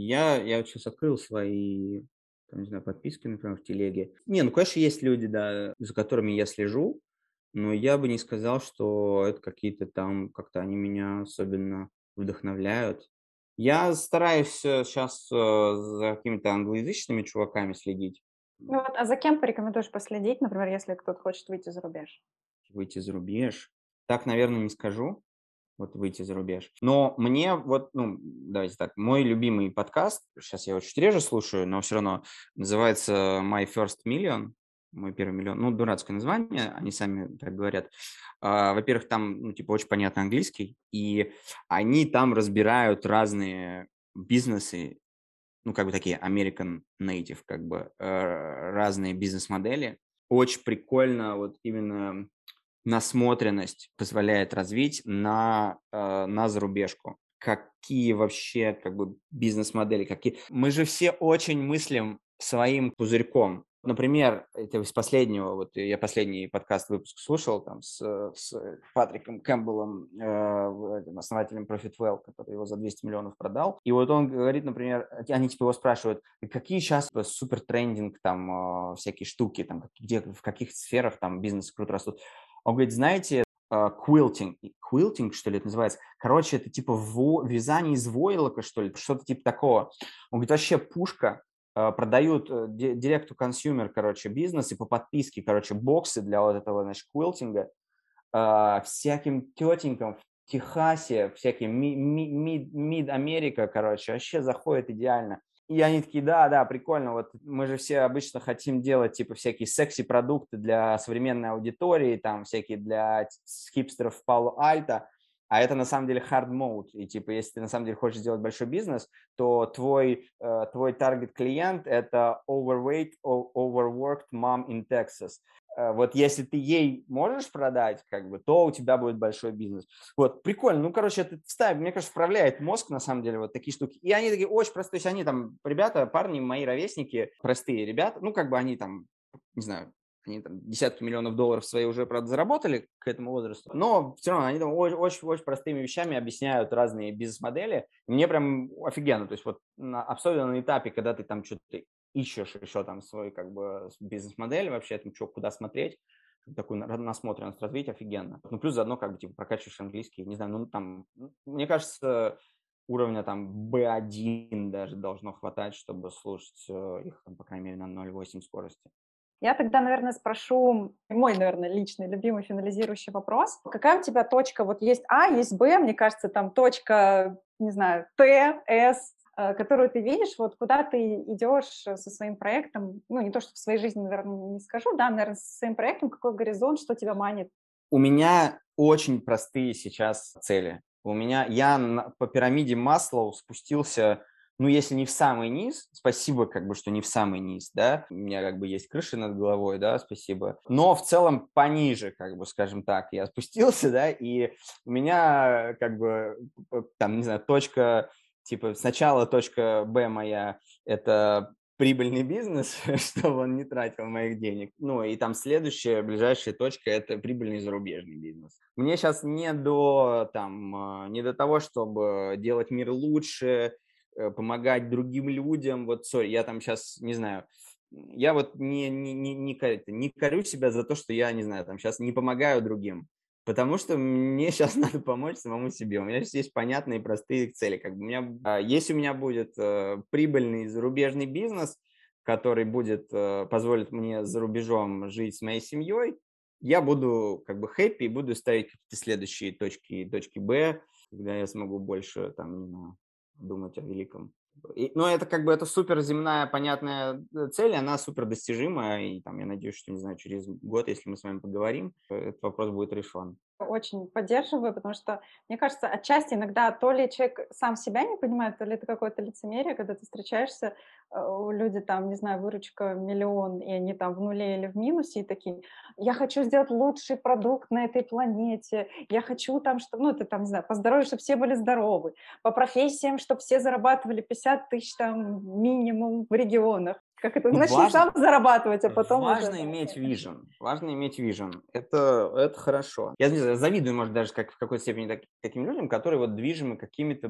Я вот сейчас открыл свои, там, не знаю, подписки, например, в телеге. Не, ну, конечно, есть люди, да, за которыми я слежу, но я бы не сказал, что это какие-то там, как-то они меня особенно вдохновляют. Я стараюсь сейчас за какими-то англоязычными чуваками следить, Ну вот, а за кем порекомендуешь последить, например, если кто-то хочет выйти за рубеж? выйти за рубеж. Так, наверное, не скажу. Вот выйти за рубеж. Но мне вот, давайте так, мой любимый подкаст, сейчас я его чуть реже слушаю, но все равно называется My First Million, мой первый миллион. Ну, дурацкое название, они сами так говорят. Во-первых, там, типа, очень понятный английский, и они там разбирают разные бизнесы, ну, как бы такие American Native, как бы разные бизнес-модели. Очень прикольно вот именно насмотренность позволяет развить на зарубежку. Какие вообще как бы бизнес-модели, какие... Мы же все очень мыслим своим пузырьком. Например, это из последнего, вот я последний выпуск слушал там с Патриком Кэмпбеллом, основателем ProfitWell, который его за 200 миллионов продал. И вот он говорит, например, они типа его спрашивают, какие сейчас супер трендинг там всякие штуки, там, в каких сферах там бизнесы круто растут. Он говорит, знаете, квилтинг, что ли, это называется. Короче, это типа вязание из войлока, что ли, что-то типа такого. Он говорит, вообще пушка. Продают direct to consumer, короче, бизнес и по подписке, короче, боксы для вот этого, значит, квилтинга. всяким тетенькам в Техасе, всяким Мид-Америка, короче, вообще заходит идеально. И они такие, да, прикольно, вот мы же все обычно хотим делать, типа, всякие секси-продукты для современной аудитории, там, всякие для хипстеров в Пало-Альто, а это на самом деле hard mode, и, типа, если ты на самом деле хочешь сделать большой бизнес, то твой таргет-клиент – это overworked mom in Texas. Вот если ты ей можешь продать, как бы, то у тебя будет большой бизнес. Вот, прикольно. Ну, короче, это вставь, мне кажется, вправляет мозг, на самом деле, вот такие штуки. И они такие очень простые, то есть они там, ребята, парни, мои ровесники, простые ребята, ну, как бы они там, не знаю, они там десятки миллионов долларов свои уже, правда, заработали к этому возрасту, но все равно они там очень простыми вещами объясняют разные бизнес-модели. И мне прям офигенно, то есть вот особенно на этапе, когда ты там что-то ищешь еще там свой как бы бизнес-модель вообще, там что, куда смотреть, такую насмотренность развить, офигенно. Ну, плюс заодно как бы типа прокачиваешь английский, не знаю, ну там, мне кажется, уровня там B1 даже должно хватать, чтобы слушать их, там, по крайней мере, на 0,8 скорости. Я тогда, наверное, спрошу мой, наверное, личный любимый финализирующий вопрос. Какая у тебя точка? Вот есть А, есть Б, мне кажется, там точка, не знаю, Т, С, которую ты видишь, вот куда ты идешь со своим проектом, ну, не то, что в своей жизни, наверное, не скажу, да, наверное, со своим проектом, какой горизонт, что тебя манит? У меня очень простые сейчас цели. Я по пирамиде Маслоу спустился, ну, если не в самый низ, спасибо, как бы, что не в самый низ, да, у меня как бы есть крыша над головой, да, спасибо, но в целом пониже, как бы, скажем так, я спустился, да, и у меня, как бы, там, не знаю, точка, типа, сначала точка Б моя, это прибыльный бизнес, чтобы он не тратил моих денег. Ну, и там следующая, ближайшая точка – это прибыльный зарубежный бизнес. Мне сейчас не до того, чтобы делать мир лучше, помогать другим людям. Вот, сори, я там сейчас, не знаю, я вот не корю себя за то, что я, не знаю, там сейчас не помогаю другим. Потому что мне сейчас надо помочь самому себе. У меня сейчас есть понятные и простые цели. Как бы если у меня будет прибыльный зарубежный бизнес, который позволит мне за рубежом жить с моей семьей, я буду как бы хэппи и буду ставить какие-то следующие точки Б, когда я смогу больше там, не знаю, думать о великом. Но это как бы это супер земная, понятная цель, она супер достижимая, и там я надеюсь, что, не знаю, через год, если мы с вами поговорим, этот вопрос будет решен. Очень поддерживаю, потому что, мне кажется, отчасти иногда то ли человек сам себя не понимает, то ли это какое-то лицемерие, когда ты встречаешься, люди там, не знаю, выручка 1 000 000, и они там в нуле или в минусе, и такие: я хочу сделать лучший продукт на этой планете, я хочу там, чтобы, ну, это там, не знаю, по здоровью, чтобы все были здоровы, по профессиям, чтобы все зарабатывали 50 тысяч там минимум в регионах. Как это? Ну, Начни сам зарабатывать, а потом уже... важно иметь вижен. Важно иметь вижен. Это хорошо. Я не знаю, завидую, может, даже в какой-то степени таким людям, которые вот движимы какими-то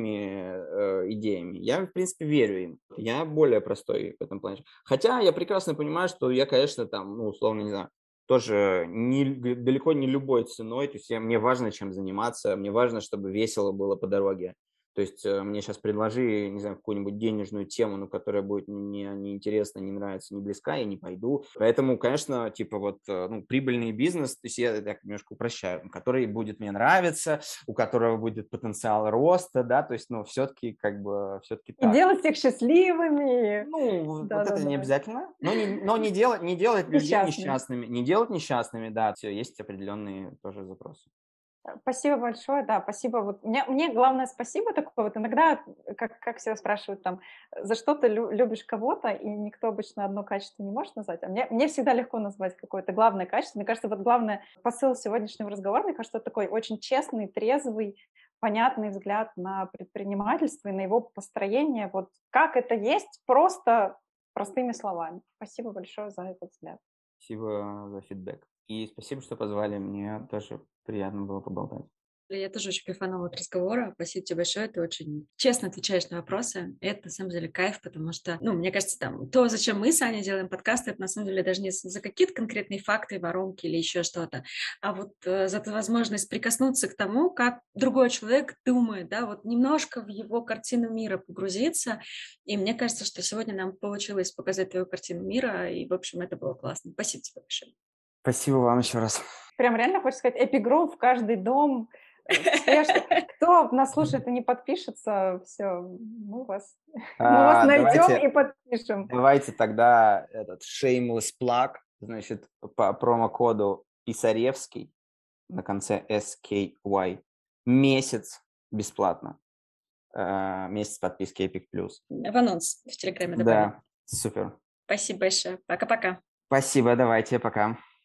большими идеями. Я, в принципе, верю им. Я более простой в этом плане. Хотя я прекрасно понимаю, что я, конечно, там, ну, условно, не знаю, тоже далеко не любой ценой. То есть мне важно, чем заниматься. Мне важно, чтобы весело было по дороге. То есть мне сейчас предложи, не знаю, какую-нибудь денежную тему, но которая будет мне неинтересна, не нравится, не близка, я не пойду. Поэтому, конечно, типа вот, ну, прибыльный бизнес, то есть я так немножко упрощаю, который будет мне нравиться, у которого будет потенциал роста, да, то есть, ну, все-таки как бы, все-таки И так. делать всех счастливыми. Ну, вот это не Да-да-да. обязательно, но не делать людей Несчастными. несчастными, не делать несчастными, да, все, есть определенные тоже запросы. Спасибо большое, да, спасибо. Вот мне главное спасибо такое. Вот иногда, как всегда спрашивают там, за что ты любишь кого-то, и никто обычно одно качество не может назвать, а мне всегда легко назвать какое-то главное качество. Мне кажется, вот главное посыл сегодняшнего разговора, мне кажется, такой очень честный, трезвый, понятный взгляд на предпринимательство и на его построение. Вот как это есть, просто простыми словами. Спасибо большое за этот взгляд. Спасибо за фидбэк. И спасибо, что позвали. Мне тоже приятно было поболтать. Я тоже очень кайфанула от разговора. Спасибо тебе большое. Ты очень честно отвечаешь на вопросы. И это, на самом деле, кайф, потому что, ну, мне кажется, там, то, зачем мы с Аней делаем подкасты, это, на самом деле, даже не за какие-то конкретные факты, воронки или еще что-то, а вот за ту возможность прикоснуться к тому, как другой человек думает, да, вот немножко в его картину мира погрузиться. И мне кажется, что сегодня нам получилось показать твою картину мира, и, в общем, это было классно. Спасибо тебе большое. Спасибо вам еще раз. Прям реально хочешь сказать эпигрупп в каждый дом. Кто нас слушает и не подпишется, все, мы вас найдем и подпишем. Давайте тогда этот shameless plug, значит, по промокоду Писаревский на конце SKY. Месяц бесплатно. Месяц подписки Epic+. В анонс в Телеграме добавим. Да, супер. Спасибо большое. Пока-пока. Спасибо, давайте, пока.